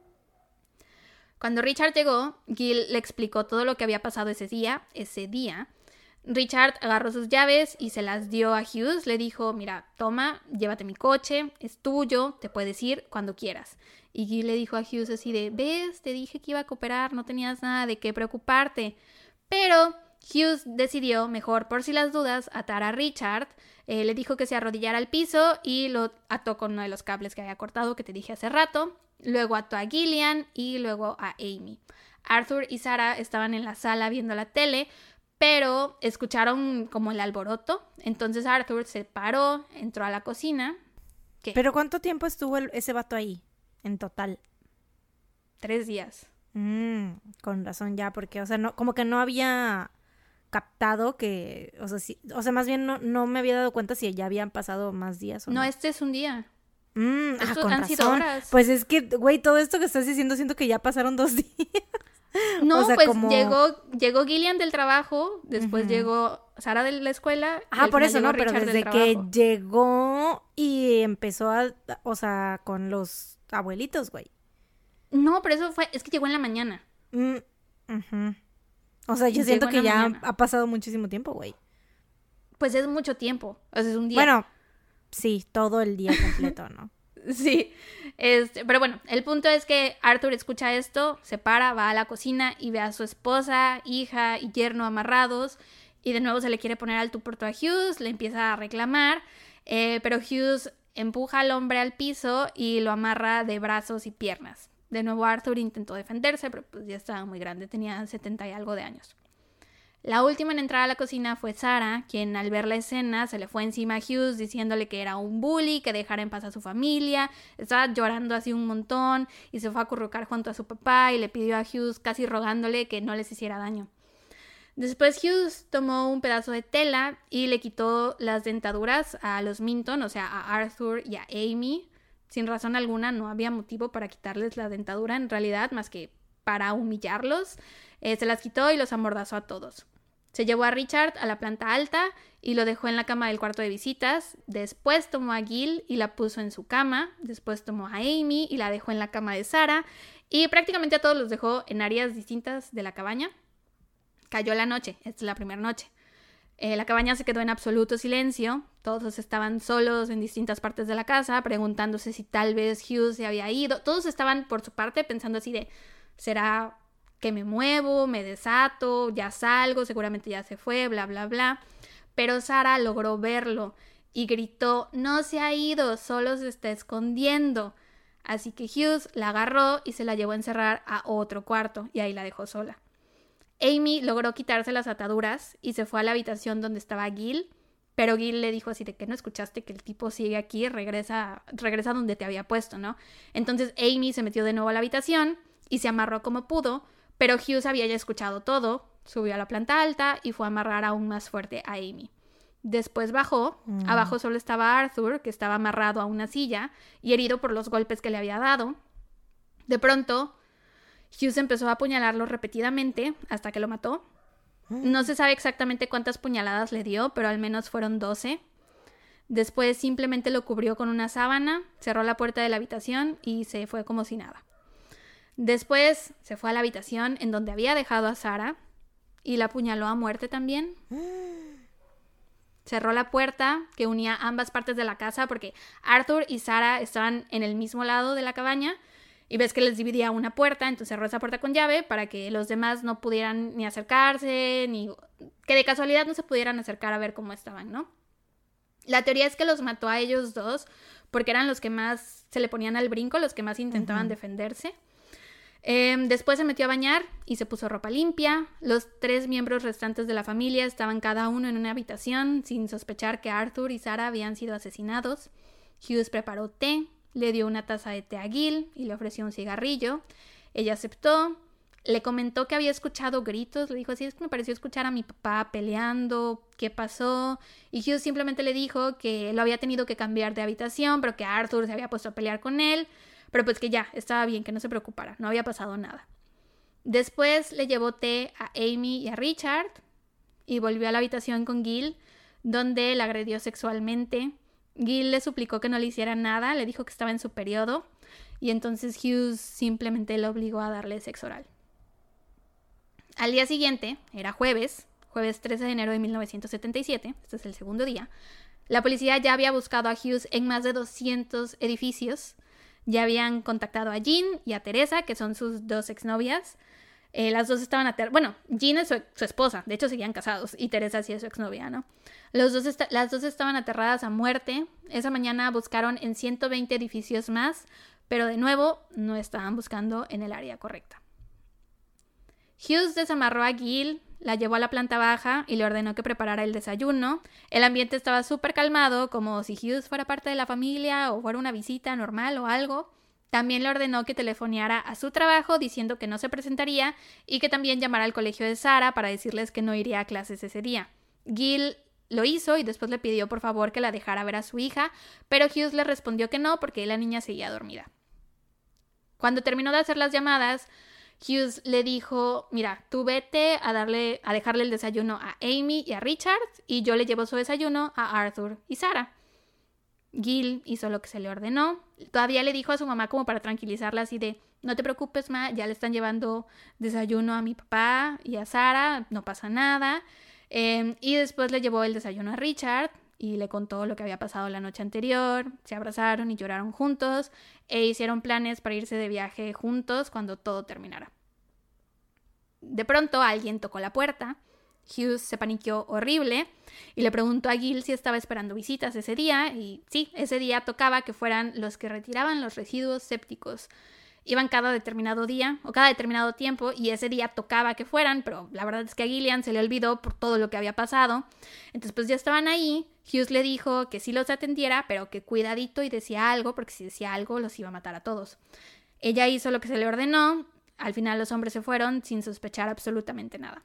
Cuando Richard llegó, Gil le explicó todo lo que había pasado ese día. Richard agarró sus llaves y se las dio a Hughes. Le dijo, mira, toma, llévate mi coche, es tuyo, te puedes ir cuando quieras. Y Gil le dijo a Hughes así de, ves, te dije que iba a cooperar, no tenías nada de qué preocuparte. Pero Hughes decidió, mejor por si las dudas, atar a Richard. Le dijo que se arrodillara al piso y lo ató con uno de los cables que había cortado, que te dije hace rato. Luego ató a Gillian y luego a Amy. Arthur y Sarah estaban en la sala viendo la tele, pero escucharon como el alboroto. Entonces Arthur se paró, entró a la cocina. ¿Qué? ¿Pero cuánto tiempo estuvo ese vato ahí, en total? 3 días. Con razón ya, porque, o sea, no, como que no había captado que, o sea, sí, o sea, más bien no me había dado cuenta si ya habían pasado más días o no. No, este es un día. Con han razón. sido horas. Pues es que, güey, todo esto que estás diciendo siento que ya pasaron 2 días. No, o sea, pues como... llegó Gillian del trabajo, después llegó Sarah de la escuela. Por eso no, pero Richard desde que llegó y empezó o sea, con los abuelitos, güey. No, pero es que llegó en la mañana. O sea, yo siento que ya ha pasado muchísimo tiempo, güey. Pues es mucho tiempo, o sea, es un día. Bueno, sí, todo el día completo, ¿no? Sí, pero bueno, el punto es que Arthur escucha esto, se para, va a la cocina y ve a su esposa, hija y yerno amarrados y de nuevo se le quiere poner al tú por tú a Hughes, le empieza a reclamar, pero Hughes empuja al hombre al piso y lo amarra de brazos y piernas. De nuevo Arthur intentó defenderse, pero pues ya estaba muy grande, tenía 70 y algo de años. La última en entrar a la cocina fue Sarah, quien al ver la escena se le fue encima a Hughes diciéndole que era un bully, que dejara en paz a su familia, estaba llorando así un montón y se fue a acurrucar junto a su papá y le pidió a Hughes casi rogándole que no les hiciera daño. Después Hughes tomó un pedazo de tela y le quitó las dentaduras a los Minton, o sea, a Arthur y a Amy. Sin razón alguna, no había motivo para quitarles la dentadura en realidad, más que para humillarlos. Se las quitó y los amordazó a todos. Se llevó a Richard a la planta alta y lo dejó en la cama del cuarto de visitas. Después tomó a Gil y la puso en su cama. Después tomó a Amy y la dejó en la cama de Sarah. Y prácticamente a todos los dejó en áreas distintas de la cabaña. Cayó la noche. Esta es la primera noche. La cabaña se quedó en absoluto silencio. Todos estaban solos en distintas partes de la casa, preguntándose si tal vez Hughes se había ido. Todos estaban por su parte pensando así de, ¿será que me muevo, me desato, ya salgo, seguramente ya se fue, bla, bla, bla? Pero Sarah logró verlo y gritó, no se ha ido, solo se está escondiendo. Así que Hughes la agarró y se la llevó a encerrar a otro cuarto y ahí la dejó sola. Amy logró quitarse las ataduras y se fue a la habitación donde estaba Gil, pero Gil le dijo así de que no escuchaste que el tipo sigue aquí, regresa donde te había puesto, ¿no? Entonces Amy se metió de nuevo a la habitación y se amarró como pudo, pero Hughes había ya escuchado todo, subió a la planta alta y fue a amarrar aún más fuerte a Amy. Después bajó, abajo solo estaba Arthur, que estaba amarrado a una silla y herido por los golpes que le había dado. De pronto, Hughes empezó a apuñalarlo repetidamente hasta que lo mató. No se sabe exactamente cuántas puñaladas le dio, pero al menos fueron 12. Después simplemente lo cubrió con una sábana, cerró la puerta de la habitación y se fue como si nada. Después se fue a la habitación en donde había dejado a Sarah y la apuñaló a muerte también. Cerró la puerta que unía ambas partes de la casa porque Arthur y Sarah estaban en el mismo lado de la cabaña y ves que les dividía una puerta, entonces cerró esa puerta con llave para que los demás no pudieran ni acercarse, ni que de casualidad no se pudieran acercar a ver cómo estaban, ¿no? La teoría es que los mató a ellos dos porque eran los que más se le ponían al brinco, los que más intentaban defenderse. Después se metió a bañar y se puso ropa limpia. Los 3 miembros restantes de la familia estaban cada uno en una habitación sin sospechar que Arthur y Sarah habían sido asesinados. Hughes preparó té, le dio una taza de té a Gil y le ofreció un cigarrillo. Ella aceptó, le comentó que había escuchado gritos, le dijo así, es que me pareció escuchar a mi papá peleando, ¿qué pasó? Y Hughes simplemente le dijo que lo había tenido que cambiar de habitación, pero que Arthur se había puesto a pelear con él. Pero pues que ya, estaba bien, que no se preocupara, no había pasado nada. Después le llevó té a Amy y a Richard y volvió a la habitación con Gil, donde la agredió sexualmente. Gil le suplicó que no le hiciera nada, le dijo que estaba en su periodo y entonces Hughes simplemente le obligó a darle sexo oral. Al día siguiente, era jueves 13 de enero de 1977, este es el segundo día, la policía ya había buscado a Hughes en más de 200 edificios. Ya habían contactado a Jean y a Teresa, que son sus 2 exnovias. Las dos estaban bueno, Jean es su esposa, de hecho seguían casados, y Teresa sí es su exnovia, ¿no? Las dos estaban aterradas a muerte. Esa mañana buscaron en 120 edificios más, pero de nuevo no estaban buscando en el área correcta. Hughes desamarró a Gil, la llevó a la planta baja y le ordenó que preparara el desayuno. El ambiente estaba súper calmado, como si Hughes fuera parte de la familia o fuera una visita normal o algo. También le ordenó que telefoneara a su trabajo diciendo que no se presentaría y que también llamara al colegio de Sarah para decirles que no iría a clases ese día. Gil lo hizo y después le pidió por favor que la dejara ver a su hija, pero Hughes le respondió que no porque la niña seguía dormida. Cuando terminó de hacer las llamadas, Hughes le dijo, mira, tú vete a dejarle el desayuno a Amy y a Richard y yo le llevo su desayuno a Arthur y Sarah. Gil hizo lo que se le ordenó. Todavía le dijo a su mamá como para tranquilizarla así de, no te preocupes, ma, ya le están llevando desayuno a mi papá y a Sarah, no pasa nada. Y después le llevó el desayuno a Richard y le contó lo que había pasado la noche anterior. Se abrazaron y lloraron juntos e hicieron planes para irse de viaje juntos cuando todo terminara. De pronto alguien tocó la puerta. Hughes se paniqueó horrible y le preguntó a Gil si estaba esperando visitas ese día y sí, ese día tocaba que fueran los que retiraban los residuos sépticos. Iban cada determinado día o cada determinado tiempo y ese día tocaba que fueran, pero la verdad es que a Gillian se le olvidó por todo lo que había pasado. Entonces pues ya estaban ahí. Hughes le dijo que sí los atendiera, pero que cuidadito y decía algo, porque si decía algo los iba a matar a todos. Ella hizo lo que se le ordenó. Al final los hombres se fueron sin sospechar absolutamente nada.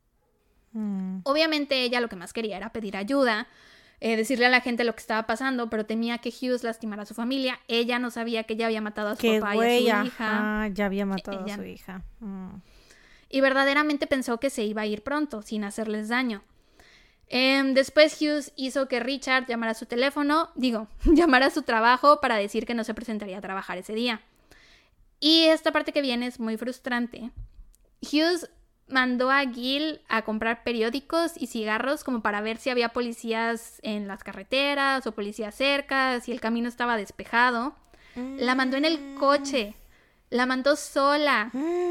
Obviamente ella lo que más quería era pedir ayuda, decirle a la gente lo que estaba pasando, pero temía que Hughes lastimara a su familia. Ella no sabía que ella había matado a su papá y a su hija. Ya había matado a su hija. Y verdaderamente pensó que se iba a ir pronto, sin hacerles daño. Después Hughes hizo que Richard llamara a su llamara a su trabajo para decir que no se presentaría a trabajar ese día. Y esta parte que viene es muy frustrante. Hughes mandó a Gil a comprar periódicos y cigarros como para ver si había policías en las carreteras o policías cerca, si el camino estaba despejado. La mandó en el coche. La mandó sola.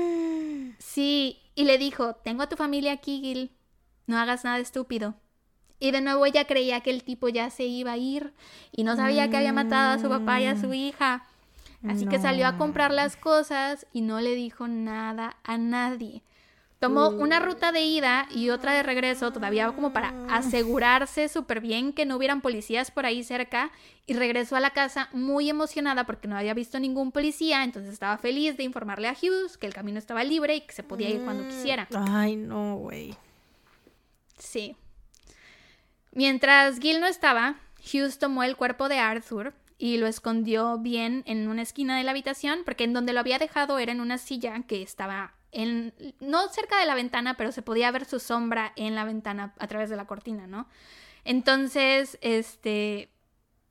Sí, y le dijo, tengo a tu familia aquí, Gil. No hagas nada estúpido. Y de nuevo ella creía que el tipo ya se iba a ir y no sabía que había matado a su papá y a su hija. Así que salió a comprar las cosas y no le dijo nada a nadie. Tomó una ruta de ida y otra de regreso, todavía como para asegurarse súper bien que no hubieran policías por ahí cerca, y regresó a la casa muy emocionada porque no había visto ningún policía, entonces estaba feliz de informarle a Hughes que el camino estaba libre y que se podía ir cuando quisiera. Ay, no, güey. Sí. Mientras Gil no estaba, Hughes tomó el cuerpo de Arthur y lo escondió bien en una esquina de la habitación, porque en donde lo había dejado era en una silla que estaba no cerca de la ventana, pero se podía ver su sombra en la ventana a través de la cortina, ¿no? Entonces,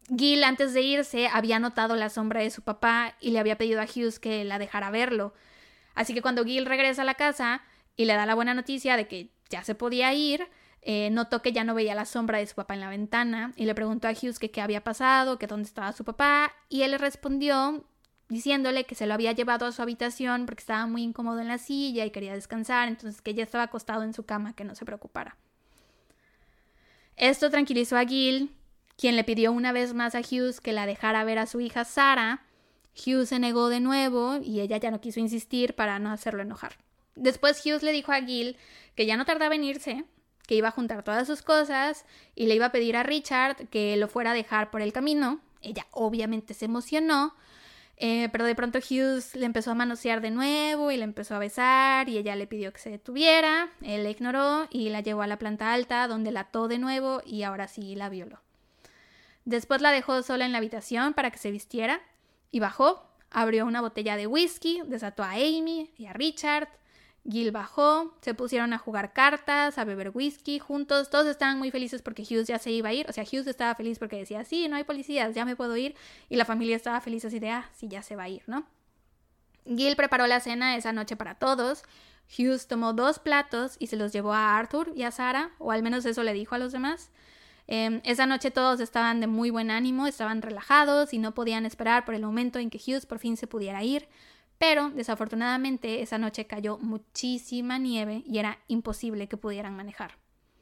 Gil, antes de irse, había notado la sombra de su papá y le había pedido a Hughes que la dejara verlo. Así que cuando Gil regresa a la casa y le da la buena noticia de que ya se podía ir, notó que ya no veía la sombra de su papá en la ventana y le preguntó a Hughes que qué había pasado, que dónde estaba su papá, y él le respondió diciéndole que se lo había llevado a su habitación porque estaba muy incómodo en la silla y quería descansar, entonces que ya estaba acostado en su cama, que no se preocupara. Esto tranquilizó a Gil, quien le pidió una vez más a Hughes que la dejara ver a su hija Sarah. Hughes se negó de nuevo y ella ya no quiso insistir para no hacerlo enojar. Después Hughes le dijo a Gil que ya no tardaba en irse, que iba a juntar todas sus cosas y le iba a pedir a Richard que lo fuera a dejar por el camino. Ella obviamente se emocionó, pero de pronto Hughes le empezó a manosear de nuevo y le empezó a besar y ella le pidió que se detuviera. Él la ignoró y la llevó a la planta alta donde la ató de nuevo y ahora sí la violó. Después la dejó sola en la habitación para que se vistiera y bajó, abrió una botella de whisky, desató a Amy y a Richard. Gil bajó, se pusieron a jugar cartas, a beber whisky juntos. Todos estaban muy felices porque Hughes ya se iba a ir. O sea, Hughes estaba feliz porque decía, sí, no hay policías, ya me puedo ir. Y la familia estaba feliz así de, sí, ya se va a ir, ¿no? Gil preparó la cena esa noche para todos. Hughes tomó 2 platos y se los llevó a Arthur y a Sarah, o al menos eso le dijo a los demás. Esa noche todos estaban de muy buen ánimo, estaban relajados y no podían esperar por el momento en que Hughes por fin se pudiera ir. Pero, desafortunadamente, esa noche cayó muchísima nieve y era imposible que pudieran manejar.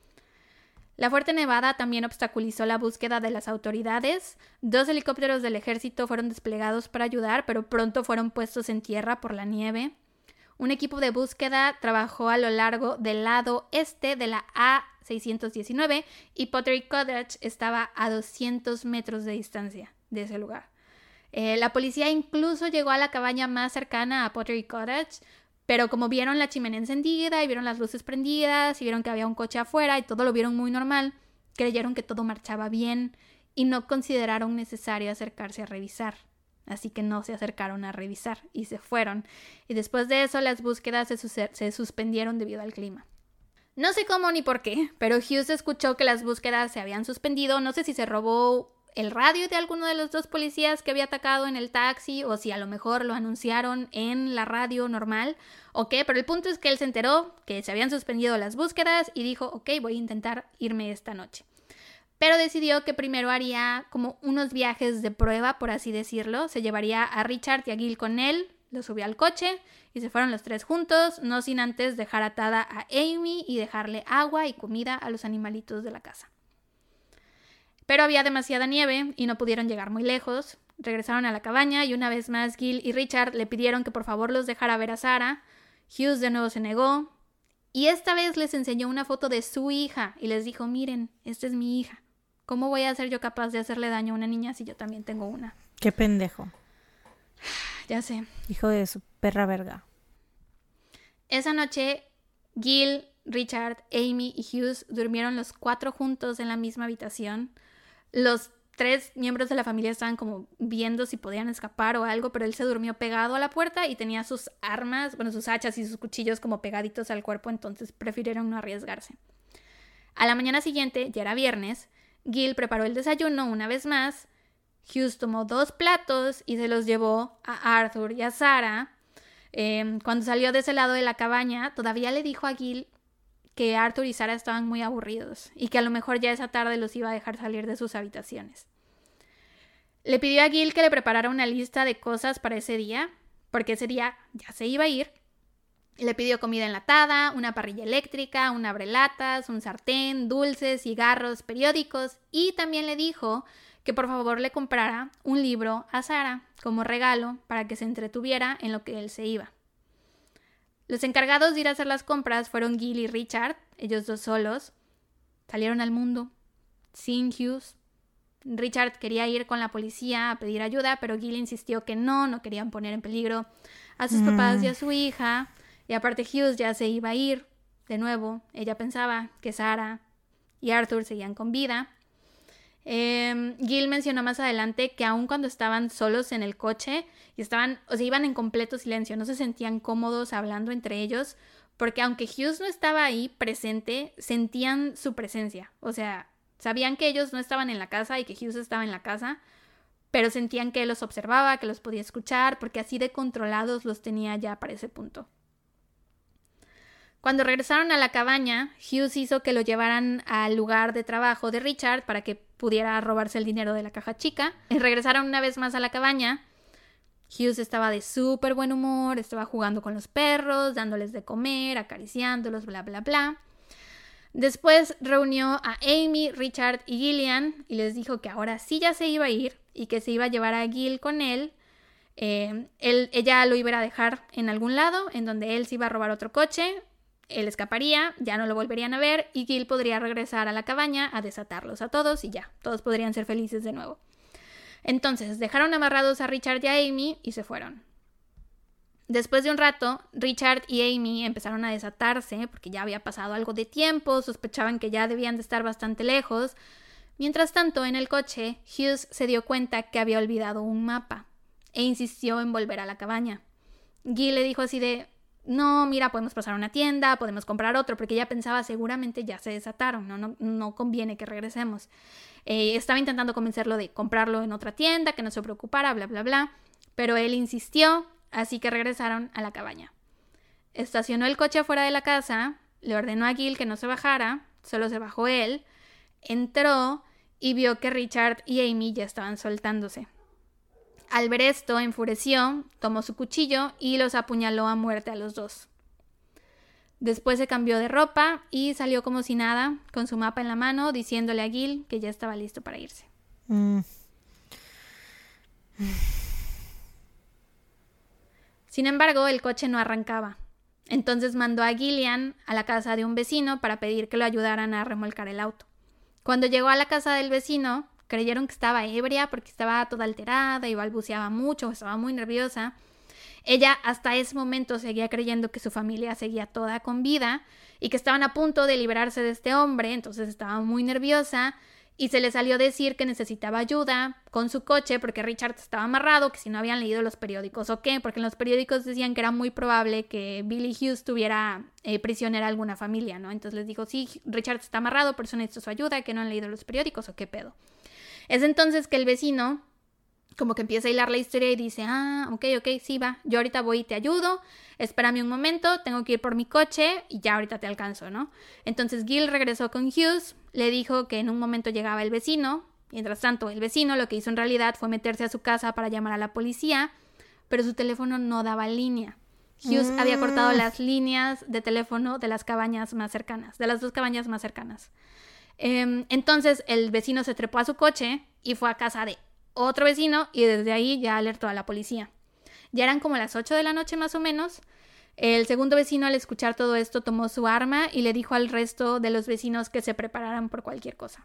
La fuerte nevada también obstaculizó la búsqueda de las autoridades. 2 helicópteros del ejército fueron desplegados para ayudar, pero pronto fueron puestos en tierra por la nieve. Un equipo de búsqueda trabajó a lo largo del lado este de la A619 y Pottery Cottage estaba a 200 metros de distancia de ese lugar. La policía incluso llegó a la cabaña más cercana a Pottery Cottage, pero como vieron la chimenea encendida y vieron las luces prendidas y vieron que había un coche afuera y todo lo vieron muy normal, creyeron que todo marchaba bien y no consideraron necesario acercarse a revisar. Así que no se acercaron a revisar y se fueron. Y después de eso las búsquedas se suspendieron debido al clima. No sé cómo ni por qué, pero Hughes escuchó que las búsquedas se habían suspendido. No sé si se robó el radio de alguno de los 2 policías que había atacado en el taxi o si a lo mejor lo anunciaron en la radio normal o qué, pero el punto es que él se enteró que se habían suspendido las búsquedas y dijo, ok, voy a intentar irme esta noche. Pero decidió que primero haría como unos viajes de prueba, por así decirlo. Se llevaría a Richard y a Gil con él, lo subió al coche y se fueron los 3 juntos, no sin antes dejar atada a Amy y dejarle agua y comida a los animalitos de la casa. Pero había demasiada nieve y no pudieron llegar muy lejos. Regresaron a la cabaña y una vez más Gil y Richard le pidieron que por favor los dejara ver a Sarah. Hughes de nuevo se negó y esta vez les enseñó una foto de su hija y les dijo, miren, esta es mi hija. ¿Cómo voy a ser yo capaz de hacerle daño a una niña si yo también tengo una? Qué pendejo. Ya sé. Hijo de su perra verga. Esa noche, Gil, Richard, Amy y Hughes durmieron los 4 juntos en la misma habitación. Los 3 miembros de la familia estaban como viendo si podían escapar o algo, pero él se durmió pegado a la puerta y tenía sus armas, bueno, sus hachas y sus cuchillos como pegaditos al cuerpo, entonces prefirieron no arriesgarse. A la mañana siguiente, ya era viernes, Gil preparó el desayuno una vez más. Hughes tomó 2 platos y se los llevó a Arthur y a Sarah. Cuando salió de ese lado de la cabaña, todavía le dijo a Gil que Arthur y Sarah estaban muy aburridos y que a lo mejor ya esa tarde los iba a dejar salir de sus habitaciones. Le pidió a Gil que le preparara una lista de cosas para ese día, porque ese día ya se iba a ir. Le pidió comida enlatada, una parrilla eléctrica, un abrelatas, un sartén, dulces, cigarros, periódicos y también le dijo que por favor le comprara un libro a Sarah como regalo para que se entretuviera en lo que él se iba. Los encargados de ir a hacer las compras fueron Gil y Richard, ellos 2 solos. Salieron al mundo, sin Hughes. Richard quería ir con la policía a pedir ayuda, pero Gil insistió que no querían poner en peligro a sus papás y a su hija. Y aparte Hughes ya se iba a ir. De nuevo, ella pensaba que Sarah y Arthur seguían con vida. Gil mencionó más adelante que aun cuando estaban solos en el coche y iban en completo silencio, no se sentían cómodos hablando entre ellos, porque aunque Hughes no estaba ahí presente, sentían su presencia. O sea, Sabían que ellos no estaban en la casa y que Hughes estaba en la casa, pero sentían que él los observaba, que los podía escuchar, porque así de controlados los tenía ya para ese punto. Cuando regresaron a la cabaña, Hughes hizo que lo llevaran al lugar de trabajo de Richard para que pudiera robarse el dinero de la caja chica. Y regresaron una vez más a la cabaña. Hughes estaba de súper buen humor, estaba jugando con los perros, dándoles de comer, acariciándolos, bla, bla, bla. Después reunió a Amy, Richard y Gillian y les dijo que ahora sí ya se iba a ir y que se iba a llevar a Gil con él. Ella lo iba a dejar en algún lado, en donde él se iba a robar otro coche. Él escaparía, ya no lo volverían a ver y Gil podría regresar a la cabaña a desatarlos a todos y ya, todos podrían ser felices de nuevo. Entonces, dejaron amarrados a Richard y a Amy y se fueron. Después de un rato, Richard y Amy empezaron a desatarse porque ya había pasado algo de tiempo, sospechaban que ya debían de estar bastante lejos. Mientras tanto, en el coche, Hughes se dio cuenta que había olvidado un mapa e insistió en volver a la cabaña. Gil le dijo así de: no, mira, podemos pasar a una tienda, podemos comprar otro, porque ella pensaba seguramente ya se desataron, no conviene que regresemos. Estaba intentando convencerlo de comprarlo en otra tienda, que no se preocupara, bla, bla, bla, pero él insistió, así que regresaron a la cabaña. Estacionó el coche afuera de la casa, le ordenó a Gil que no se bajara, solo se bajó él, entró y vio que Richard y Amy ya estaban soltándose. Al ver esto, enfureció, tomó su cuchillo y los apuñaló a muerte a los dos. Después se cambió de ropa y salió como si nada, con su mapa en la mano, diciéndole a Gil que ya estaba listo para irse. Sin embargo, el coche no arrancaba. Entonces mandó a Gillian a la casa de un vecino para pedir que lo ayudaran a remolcar el auto. Cuando llegó a la casa del vecino, creyeron que estaba ebria porque estaba toda alterada y balbuceaba mucho, estaba muy nerviosa. Ella hasta ese momento seguía creyendo que su familia seguía toda con vida y que estaban a punto de liberarse de este hombre, entonces estaba muy nerviosa y se le salió a decir que necesitaba ayuda con su coche porque Richard estaba amarrado, que si no habían leído los periódicos o qué, porque en los periódicos decían que era muy probable que Billy Hughes tuviera prisionera a alguna familia, ¿no? Entonces les dijo: sí, Richard está amarrado, por eso necesito su ayuda, que no han leído los periódicos o qué pedo. Es entonces que el vecino como que empieza a hilar la historia y dice: ok, sí, va, yo ahorita voy y te ayudo, espérame un momento, tengo que ir por mi coche y ya ahorita te alcanzo, ¿no? Entonces Gil regresó con Hughes, le dijo que en un momento llegaba el vecino. Mientras tanto, el vecino lo que hizo en realidad fue meterse a su casa para llamar a la policía, pero su teléfono no daba línea. Hughes había cortado las líneas de teléfono de las cabañas más cercanas, de las dos cabañas más cercanas. Entonces el vecino se trepó a su coche y fue a casa de otro vecino y desde ahí ya alertó a la policía. Ya eran como las 8 de la noche más o menos. El segundo vecino, al escuchar todo esto, tomó su arma y le dijo al resto de los vecinos que se prepararan por cualquier cosa.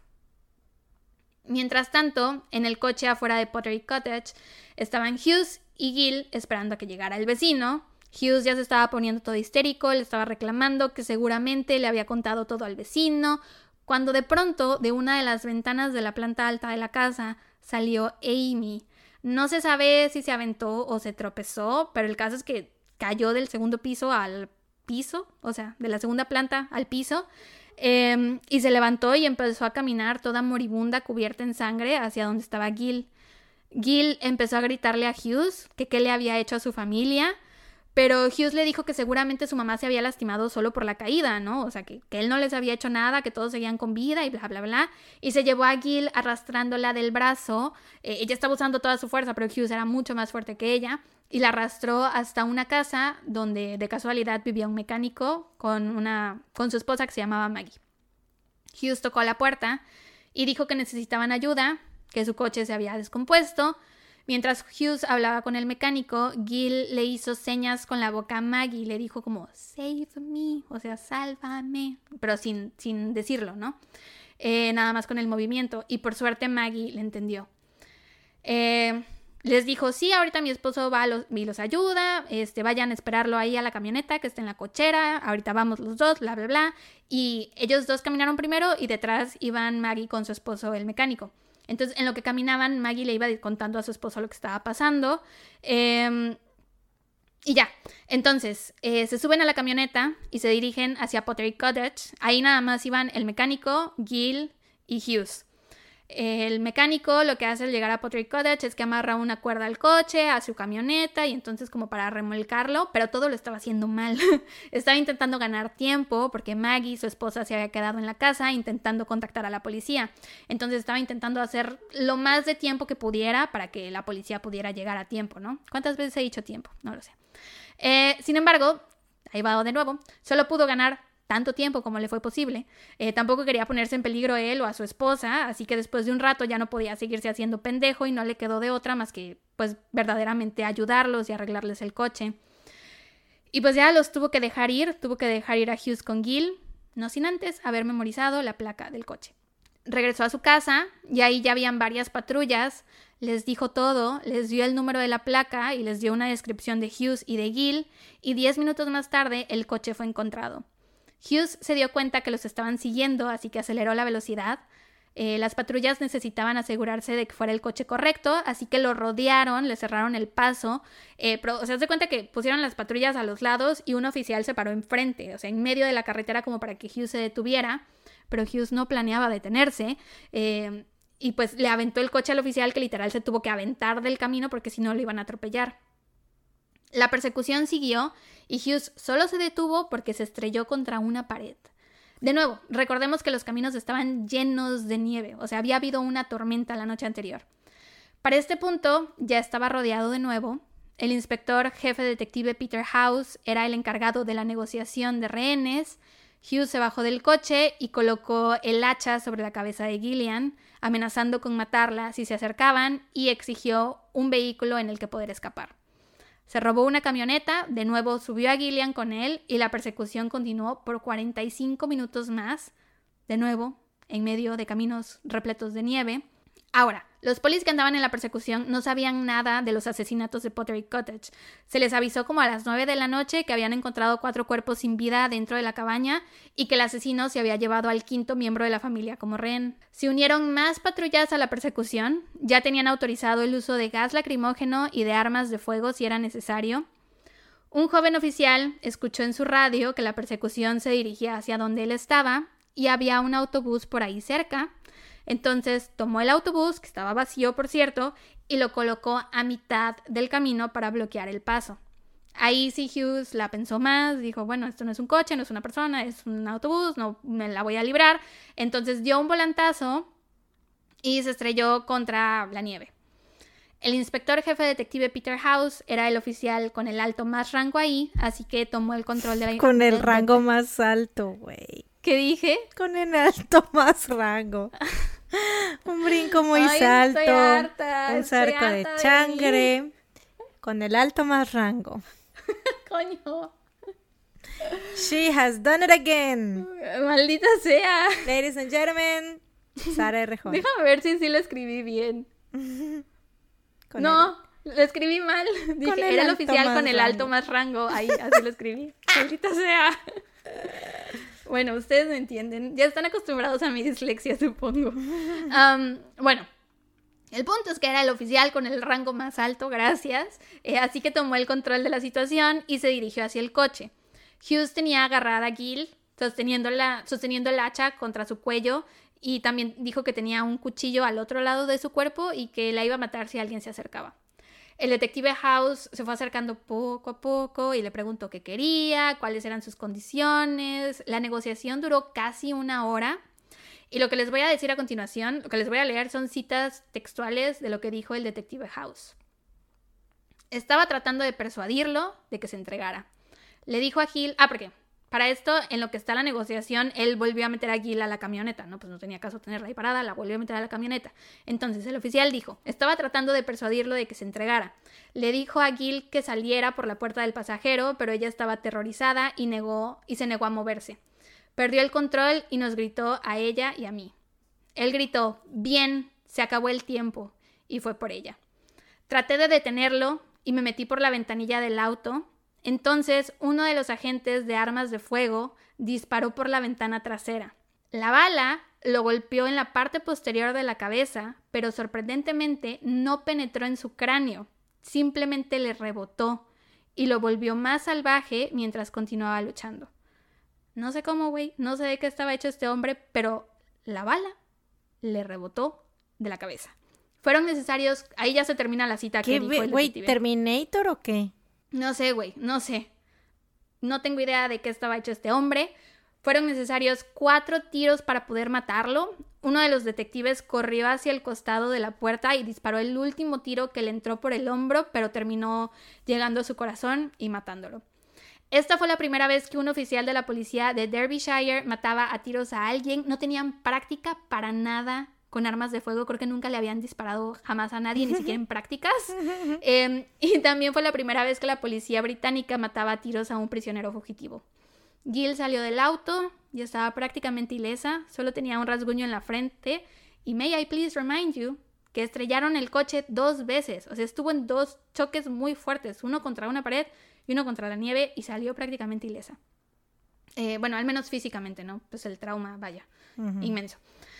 Mientras tanto, en el coche afuera de Pottery Cottage estaban Hughes y Gil esperando a que llegara el vecino. Hughes ya se estaba poniendo todo histérico, le estaba reclamando que seguramente le había contado todo al vecino, cuando de pronto de una de las ventanas de la planta alta de la casa salió Amy. No se sabe si se aventó o se tropezó, pero el caso es que cayó del segundo piso al piso, o sea, de la segunda planta al piso, y se levantó y empezó a caminar toda moribunda, cubierta en sangre, hacia donde estaba Gil. Gil empezó a gritarle a Hughes que qué le había hecho a su familia, pero Hughes le dijo que seguramente su mamá se había lastimado solo por la caída, ¿no? O sea, que él no les había hecho nada, que todos seguían con vida y bla, bla, bla. Y se llevó a Gil arrastrándola del brazo. Ella estaba usando toda su fuerza, pero Hughes era mucho más fuerte que ella. Y la arrastró hasta una casa donde de casualidad vivía un mecánico con su esposa que se llamaba Maggie. Hughes tocó a la puerta y dijo que necesitaban ayuda, que su coche se había descompuesto. Mientras Hughes hablaba con el mecánico, Gil le hizo señas con la boca a Maggie y le dijo como "Save me", o sea, sálvame, pero sin decirlo, ¿no? Nada más con el movimiento, y por suerte Maggie le entendió. Les dijo: sí, ahorita mi esposo va y los ayuda, vayan a esperarlo ahí a la camioneta que está en la cochera, ahorita vamos los dos, bla, bla, bla. Y ellos dos caminaron primero y detrás iban Maggie con su esposo, el mecánico. Entonces, en lo que caminaban, Maggie le iba contando a su esposo lo que estaba pasando. Y ya. Entonces, se suben a la camioneta y se dirigen hacia Pottery Cottage. Ahí nada más iban el mecánico, Gil y Hughes. El mecánico lo que hace al llegar a Pottery Cottage es que amarra una cuerda al coche, a su camioneta y entonces como para remolcarlo, pero todo lo estaba haciendo mal. Estaba intentando ganar tiempo porque Maggie, su esposa, se había quedado en la casa intentando contactar a la policía. Entonces estaba intentando hacer lo más de tiempo que pudiera para que la policía pudiera llegar a tiempo, ¿no? ¿Cuántas veces he dicho tiempo? No lo sé. Sin embargo, ahí va de nuevo, solo pudo ganar tanto tiempo como le fue posible. Tampoco quería ponerse en peligro él o a su esposa, así que después de un rato ya no podía seguirse haciendo pendejo y no le quedó de otra más que, pues, verdaderamente ayudarlos y arreglarles el coche. Y pues ya los tuvo que dejar ir a Hughes con Gil, no sin antes haber memorizado la placa del coche. Regresó a su casa y ahí ya habían varias patrullas, les dijo todo, les dio el número de la placa y les dio una descripción de Hughes y de Gil, y 10 minutos más tarde el coche fue encontrado. Hughes se dio cuenta que los estaban siguiendo, así que aceleró la velocidad. Las patrullas necesitaban asegurarse de que fuera el coche correcto, así que lo rodearon, le cerraron el paso. Se hace cuenta que pusieron las patrullas a los lados y un oficial se paró enfrente, o sea, en medio de la carretera como para que Hughes se detuviera, pero Hughes no planeaba detenerse. Y pues le aventó el coche al oficial, que literal se tuvo que aventar del camino porque si no lo iban a atropellar. La persecución siguió y Hughes solo se detuvo porque se estrelló contra una pared. De nuevo, recordemos que los caminos estaban llenos de nieve, o sea, había habido una tormenta la noche anterior. Para este punto ya estaba rodeado de nuevo. El inspector jefe detective Peter House era el encargado de la negociación de rehenes. Hughes se bajó del coche y colocó el hacha sobre la cabeza de Gillian, amenazando con matarla si se acercaban, y exigió un vehículo en el que poder escapar. Se robó una camioneta, de nuevo subió a Gillian con él y la persecución continuó por 45 minutos más, de nuevo, en medio de caminos repletos de nieve. Ahora, los polis que andaban en la persecución no sabían nada de los asesinatos de Pottery Cottage. Se les avisó como a las 9 de la noche que habían encontrado 4 cuerpos sin vida dentro de la cabaña y que el asesino se había llevado al 5º miembro de la familia como rehén. Se unieron más patrullas a la persecución, ya tenían autorizado el uso de gas lacrimógeno y de armas de fuego si era necesario. Un joven oficial escuchó en su radio que la persecución se dirigía hacia donde él estaba y había un autobús por ahí cerca. Entonces tomó el autobús, que estaba vacío por cierto, y lo colocó a mitad del camino para bloquear el paso. Ahí sí Hughes la pensó más, dijo, bueno, esto no es un coche, no es una persona, es un autobús, no me la voy a librar. Entonces dio un volantazo y se estrelló contra la nieve. El inspector jefe detective Peter House era el oficial con el alto más rango ahí, así que tomó el control de la... Con el rango más alto, güey. ¿Qué dije? Con el alto más rango. Un brinco muy salto. Estoy harta, un cerco de changre. Con el alto más rango. Coño. She has done it again. Maldita sea. Ladies and gentlemen, Sara R. Jones. Déjame ver si sí lo escribí bien. No, lo escribí mal. Dije, era el oficial con el alto más rango. Ahí, así lo escribí. Maldita sea. Bueno, ustedes me entienden. Ya están acostumbrados a mi dislexia, supongo. Bueno, el punto es que era el oficial con el rango más alto, gracias. Así que tomó el control de la situación y se dirigió hacia el coche. Hughes tenía agarrada a Gil, sosteniendo el hacha contra su cuello, y también dijo que tenía un cuchillo al otro lado de su cuerpo y que la iba a matar si alguien se acercaba. El detective House se fue acercando poco a poco y le preguntó qué quería, cuáles eran sus condiciones. La negociación duró casi 1 hora. Y lo que les voy a decir a continuación, lo que les voy a leer son citas textuales de lo que dijo el detective House. Estaba tratando de persuadirlo de que se entregara. Le dijo a Gil... porque para esto, en lo que está la negociación, él volvió a meter a Gil a la camioneta, ¿no? Pues no tenía caso tenerla ahí parada, la volvió a meter a la camioneta. Entonces el oficial dijo, estaba tratando de persuadirlo de que se entregara. Le dijo a Gil que saliera por la puerta del pasajero, pero ella estaba aterrorizada y se negó a moverse. Perdió el control y nos gritó a ella y a mí. Él gritó, bien, se acabó el tiempo, y fue por ella. Traté de detenerlo y me metí por la ventanilla del auto. Entonces, uno de los agentes de armas de fuego disparó por la ventana trasera. La bala lo golpeó en la parte posterior de la cabeza, pero sorprendentemente no penetró en su cráneo. Simplemente le rebotó y lo volvió más salvaje mientras continuaba luchando. No sé cómo, güey, no sé de qué estaba hecho este hombre, pero la bala le rebotó de la cabeza. Fueron necesarios... Ahí ya se termina la cita que dijo el güey, detective. ¿Terminator o qué? No sé, güey, no sé. No tengo idea de qué estaba hecho este hombre. Fueron necesarios 4 tiros para poder matarlo. Uno de los detectives corrió hacia el costado de la puerta y disparó el último tiro que le entró por el hombro, pero terminó llegando a su corazón y matándolo. Esta fue la primera vez que un oficial de la policía de Derbyshire mataba a tiros a alguien. No tenían práctica para nada con armas de fuego. Creo que nunca le habían disparado jamás a nadie, ni siquiera en prácticas. Y también fue la primera vez que la policía británica mataba a tiros a un prisionero fugitivo. Gill salió del auto y estaba prácticamente ilesa. Solo tenía un rasguño en la frente. Y may I please remind you que estrellaron el coche 2 veces. O sea, estuvo en 2 choques muy fuertes. Uno contra una pared y uno contra la nieve, y salió prácticamente ilesa. Bueno, al menos físicamente, ¿no? Pues el trauma, vaya, inmenso.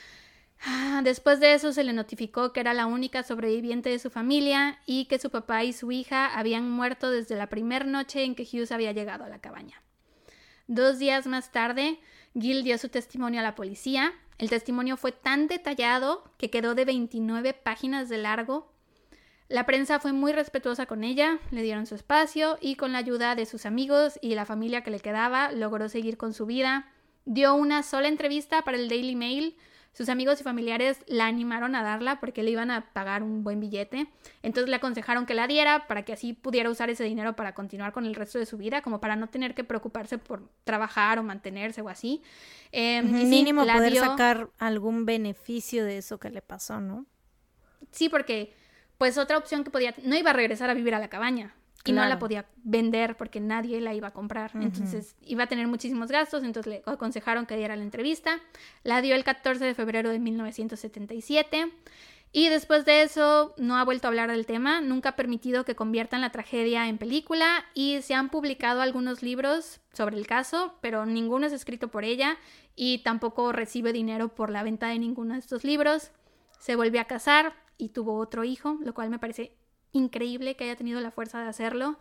Después de eso se le notificó que era la única sobreviviente de su familia y que su papá y su hija habían muerto desde la primera noche en que Hughes había llegado a la cabaña. 2 días más tarde, Gill dio su testimonio a la policía. El testimonio fue tan detallado que quedó de 29 páginas de largo. La prensa fue muy respetuosa con ella, le dieron su espacio y con la ayuda de sus amigos y la familia que le quedaba, logró seguir con su vida. Dio una sola entrevista para el Daily Mail. Sus amigos y familiares la animaron a darla porque le iban a pagar un buen billete. Entonces le aconsejaron que la diera para que así pudiera usar ese dinero para continuar con el resto de su vida, como para no tener que preocuparse por trabajar o mantenerse o así. Y mínimo sí, poder sacar algún beneficio de eso que le pasó, ¿no? Sí, porque pues otra opción que podía... No iba a regresar a vivir a la cabaña. Y no la podía vender porque nadie la iba a comprar. Entonces iba a tener muchísimos gastos. Entonces le aconsejaron que diera la entrevista. La dio el 14 de febrero de 1977. Y después de eso no ha vuelto a hablar del tema. Nunca ha permitido que conviertan la tragedia en película. Y se han publicado algunos libros sobre el caso, pero ninguno es escrito por ella. Y tampoco recibe dinero por la venta de ninguno de estos libros. Se volvió a casar y tuvo otro hijo, lo cual me parece increíble que haya tenido la fuerza de hacerlo.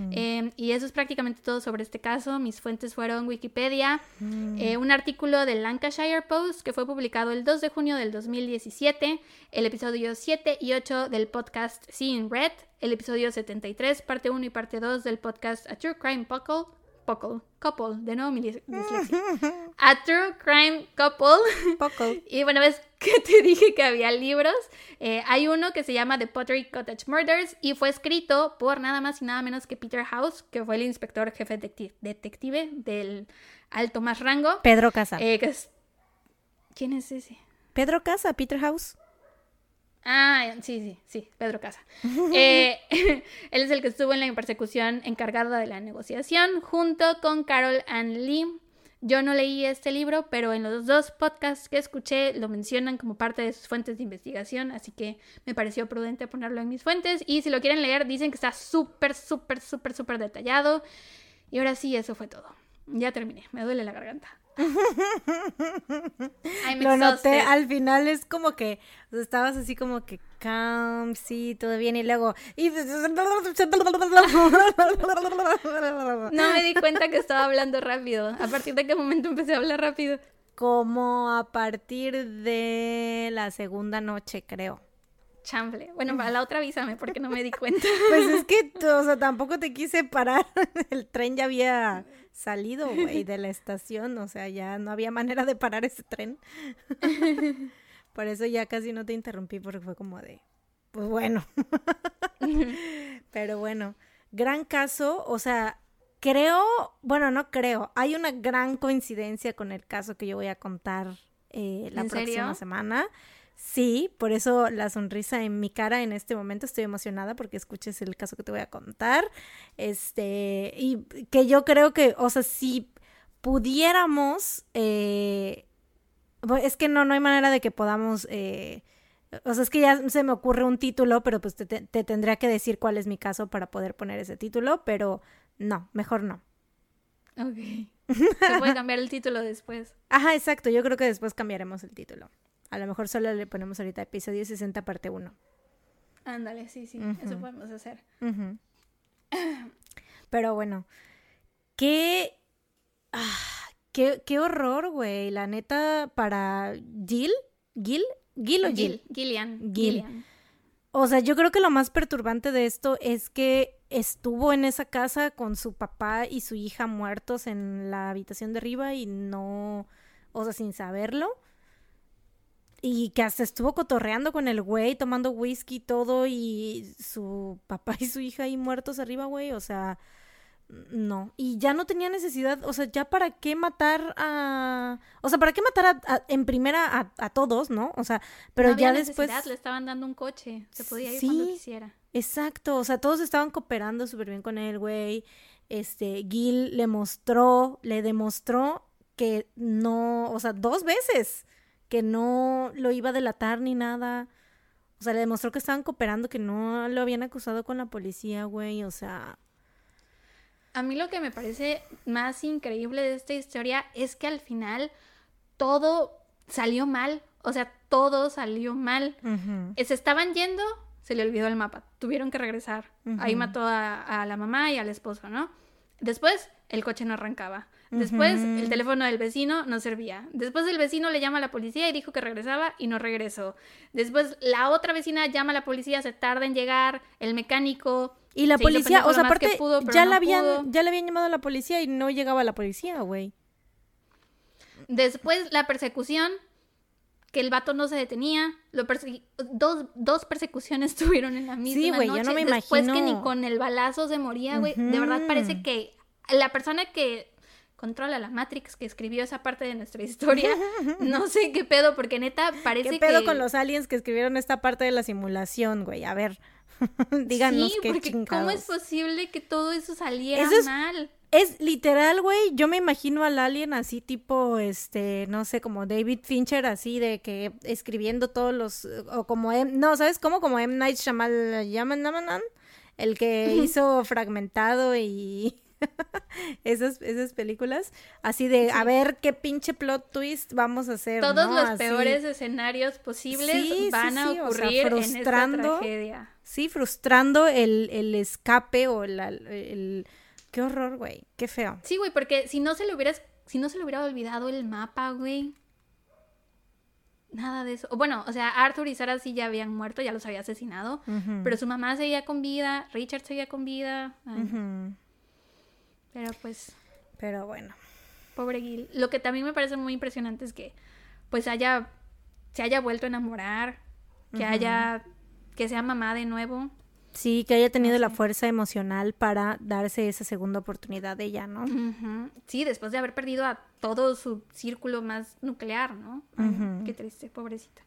Y eso es prácticamente todo sobre este caso. Mis fuentes fueron Wikipedia, un artículo del Lancashire Post que fue publicado el 2 de junio del 2017, el episodio 7 y 8 del podcast Seeing Red, el episodio 73, parte 1 y parte 2 del podcast A True Crime Couple, de nuevo mi dislexia. A True Crime Couple. Y bueno, ves que te dije que había libros. Hay uno que se llama The Pottery Cottage Murders y fue escrito por nada más y nada menos que Peter House, que fue el inspector jefe detective del alto más rango. Pedro Casa. ¿Quién es ese? Pedro Casa, Peter House. Ah, sí, Pedro Casa. Él es el que estuvo en la persecución encargada de la negociación junto con Carol Ann Lee. Yo no leí este libro, pero en los 2 podcasts que escuché lo mencionan como parte de sus fuentes de investigación, así que me pareció prudente ponerlo en mis fuentes. Y si lo quieren leer, dicen que está súper detallado. Y ahora sí, eso fue todo. Ya terminé, me duele la garganta. Lo noté, al final es como que estabas así como que calm, sí, todo bien, y luego no me di cuenta que estaba hablando rápido. ¿A partir de qué momento empecé a hablar rápido? Como a partir de la segunda noche, creo. Chanfle. Bueno, para la otra avísame porque no me di cuenta. Pues es que, o sea, tampoco te quise parar. El tren ya había salido, güey, de la estación. O sea, ya no había manera de parar ese tren. Por eso ya casi no te interrumpí porque fue como de, pues bueno. Pero bueno, gran caso. O sea, no creo. Hay una gran coincidencia con el caso que yo voy a contar la próxima semana. Sí, por eso la sonrisa en mi cara en este momento, estoy emocionada porque escuches el caso que te voy a contar, y que yo creo que, o sea, si pudiéramos, es que no hay manera de que podamos, o sea, es que ya se me ocurre un título, pero pues te tendría que decir cuál es mi caso para poder poner ese título, pero no, mejor no. Ok. Se puede cambiar el título después. Ajá, exacto, yo creo que después cambiaremos el título. A lo mejor solo le ponemos ahorita episodio 60 parte 1. Ándale, sí, eso podemos hacer. Pero bueno, qué horror, güey. La neta, para Gill, ¿Gil o Jill? Gillian. O sea, yo creo que lo más perturbante de esto es que estuvo en esa casa con su papá y su hija muertos en la habitación de arriba y no, o sea, sin saberlo. Y que hasta estuvo cotorreando con el güey, tomando whisky y todo, y su papá y su hija ahí muertos arriba, güey, o sea, no. Y ya no tenía necesidad, o sea, ya para qué matar a... O sea, para qué matar en primera a todos, ¿no? O sea, pero no ya había después... necesidad, le estaban dando un coche, se podía ir Sí, cuando quisiera. Exacto, o sea, todos estaban cooperando súper bien con él, güey. Gil le demostró que no, o sea, 2 veces que no lo iba a delatar ni nada. O sea, le demostró que estaban cooperando, que no lo habían acusado con la policía, güey, o sea... A mí lo que me parece más increíble de esta historia es que al final todo salió mal. O sea, todo salió mal. Se estaban yendo, se le olvidó el mapa. Tuvieron que regresar. Ahí mató a la mamá y al esposo, ¿no? Después, el coche no arrancaba. Después, el teléfono del vecino no servía. Después, el vecino le llama a la policía y dijo que regresaba y no regresó. Después, la otra vecina llama a la policía, se tarda en llegar. El mecánico... Y la policía, o sea, aparte, ya le habían llamado a la policía y no llegaba la policía, güey. Después, la persecución, que el vato no se detenía. Dos persecuciones tuvieron en la misma sí, güey, noche. Yo no me Después imagino. Que ni con el balazo se moría, güey. De verdad parece que la persona que controla la Matrix, que escribió esa parte de nuestra historia, no sé qué pedo, porque neta parece que... ¿Qué pedo con los aliens que escribieron esta parte de la simulación, güey? A ver... Díganos sí, qué porque chingados. ¿cómo es posible que todo eso saliera mal? Es literal, güey, yo me imagino al alien así tipo, no sé, como David Fincher, así de que escribiendo todos los, o como, no, ¿sabes cómo? Como M. Night Shyamalan, el que hizo Fragmentado y esas películas, así de, a ver qué pinche plot twist vamos a hacer, todos ¿no? los así. Peores escenarios posibles van a ocurrir, o sea, en esta tragedia. Sí, frustrando el escape o el... Qué horror, güey. Qué feo. Sí, güey, porque si no se le hubiera olvidado el mapa, güey. Nada de eso. Bueno, o sea, Arthur y Sarah sí ya habían muerto, ya los había asesinado. Pero su mamá seguía con vida, Richard seguía con vida. Pero pues... Pero bueno. Pobre Gil. Lo que también me parece muy impresionante es que pues se haya vuelto a enamorar, que sea mamá de nuevo. Sí, que haya tenido la fuerza emocional para darse esa segunda oportunidad de ella, ¿no? Sí, después de haber perdido a todo su círculo más nuclear, ¿no? Qué triste, pobrecita.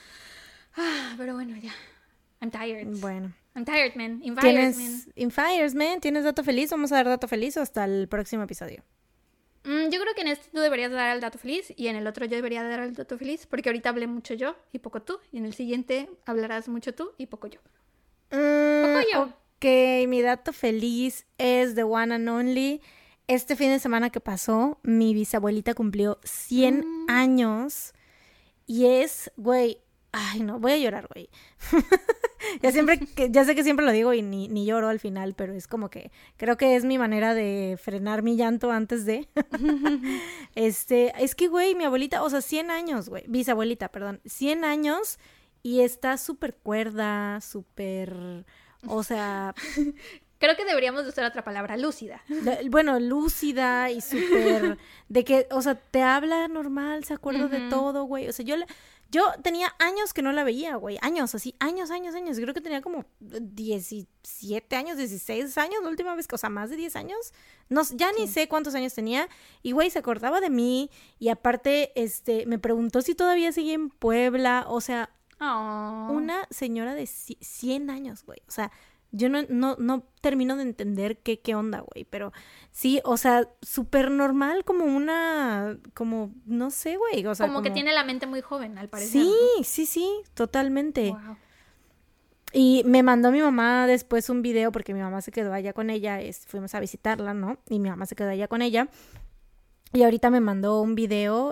Pero bueno, ya. I'm tired. Bueno. I'm tired, man. In fires, man. ¿Tienes dato feliz? ¿Vamos a dar dato feliz o hasta el próximo episodio? Yo creo que en este tú deberías dar el dato feliz y en el otro yo debería dar el dato feliz, porque ahorita hablé mucho yo y poco tú, y en el siguiente hablarás mucho tú y poco yo. Poco yo. Ok, mi dato feliz es The One and Only. Este fin de semana que pasó, mi bisabuelita cumplió 100 años y es, güey, ay no, voy a llorar, güey. Ya sé que siempre lo digo y ni lloro al final, pero es como que creo que es mi manera de frenar mi llanto antes de. Es que, güey, mi abuelita, o sea, 100 años, güey, bisabuelita, perdón, 100 años y está súper cuerda, súper, o sea... Creo que deberíamos usar otra palabra, lúcida. Bueno, lúcida y súper, de que, o sea, te habla normal, se acuerda de todo, güey, o sea, yo tenía años que no la veía, güey, años, creo que tenía como 17 años, 16 años la última vez, o sea, más de 10 años, no, ya ni sé cuántos años tenía, y güey, se acordaba de mí, y aparte, me preguntó si todavía seguía en Puebla, o sea, una señora de 100 años, güey, o sea, yo no termino de entender qué onda, güey, pero sí, o sea, súper normal, como, no sé, güey, o sea, como que tiene la mente muy joven, al parecer. Sí, totalmente. Wow. Y me mandó mi mamá después un video, porque mi mamá se quedó allá con ella, fuimos a visitarla, ¿no? Y mi mamá se quedó allá con ella. Y ahorita me mandó un video,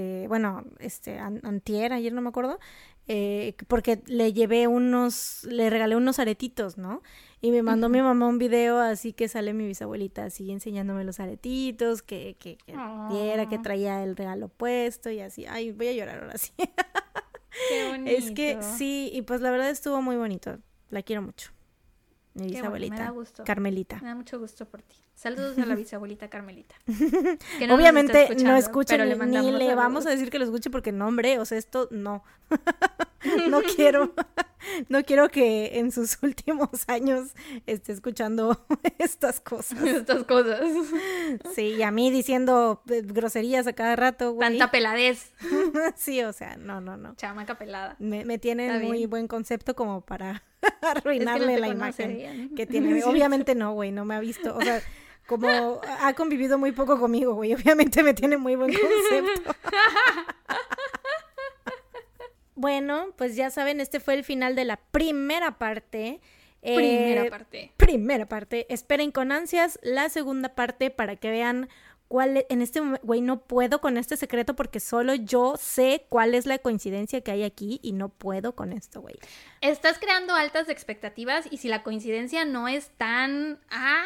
antier, ayer no me acuerdo, porque le regalé unos aretitos, ¿no? Y me mandó mi mamá un video así que sale mi bisabuelita así enseñándome los aretitos, que viera que traía el regalo puesto y así. Ay, voy a llorar ahora sí. Qué bonito. Es que sí, y pues la verdad estuvo muy bonito. La quiero mucho. Mi bisabuelita. Me da gusto. Carmelita. Me da mucho gusto por ti. Saludos a la bisabuelita Carmelita. Que obviamente no escucha pero ni le vamos a decir que lo escuche porque no, hombre, o sea, esto no. No quiero que en sus últimos años esté escuchando estas cosas. Estas cosas. Sí, y a mí diciendo groserías a cada rato, güey. Tanta peladez. Sí, o sea, no. Chamaca pelada. Me tiene Está muy bien. buen concepto como para arruinarle Es que no te la conoce imagen bien. que tiene. Obviamente no, güey, no me ha visto. O sea, como ha convivido muy poco conmigo, güey, obviamente me tiene muy buen concepto. Bueno, pues ya saben, este fue el final de la primera parte. Primera parte. Esperen con ansias la segunda parte para que vean cuál en este momento, güey, no puedo con este secreto porque solo yo sé cuál es la coincidencia que hay aquí y no puedo con esto, güey. Estás creando altas expectativas y si la coincidencia no es tan...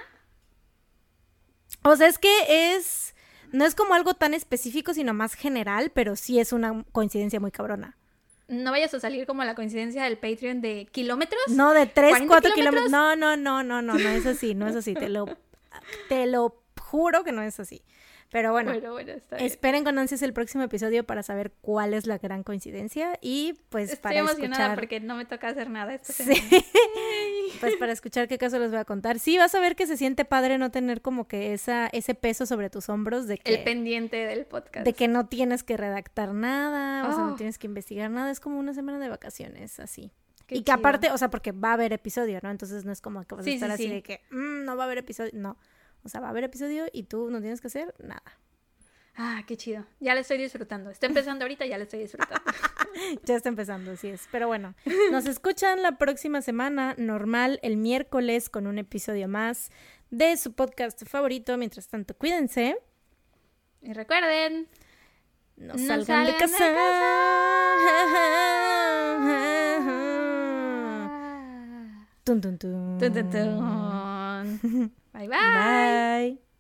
O sea, es que no es como algo tan específico, sino más general, pero sí es una coincidencia muy cabrona. No vayas a salir como la coincidencia del Patreon de kilómetros. No, de 3, 4 kilómetros. No es así, te lo juro que no es así. Pero bueno, está bien. esperen con ansias el próximo episodio para saber cuál es la gran coincidencia y pues Estoy para emocionada escuchar... porque no me toca hacer nada esta Sí. semana. Pues para escuchar qué caso les voy a contar. Sí, vas a ver que se siente padre no tener como que ese peso sobre tus hombros de que... El pendiente del podcast. De que no tienes que redactar nada, o sea, no Oh. tienes que investigar nada, es como una semana de vacaciones, así. Qué Y que chido. aparte, o sea, porque va a haber episodio, ¿no? Entonces no es como que vas a Sí, estar sí, así sí. de que no va a haber episodio, no. O sea, va a haber episodio y tú no tienes que hacer nada. Qué chido. Ya la estoy disfrutando. Está empezando ahorita, ya la estoy disfrutando. Ya está empezando, así es. Pero bueno, nos escuchan la próxima semana, normal, el miércoles, con un episodio más de su podcast favorito. Mientras tanto, cuídense. Y recuerden, No No salgan de salgan de casa. Tun, tun, tun. Tun, tun, tun. Bye, bye. Bye.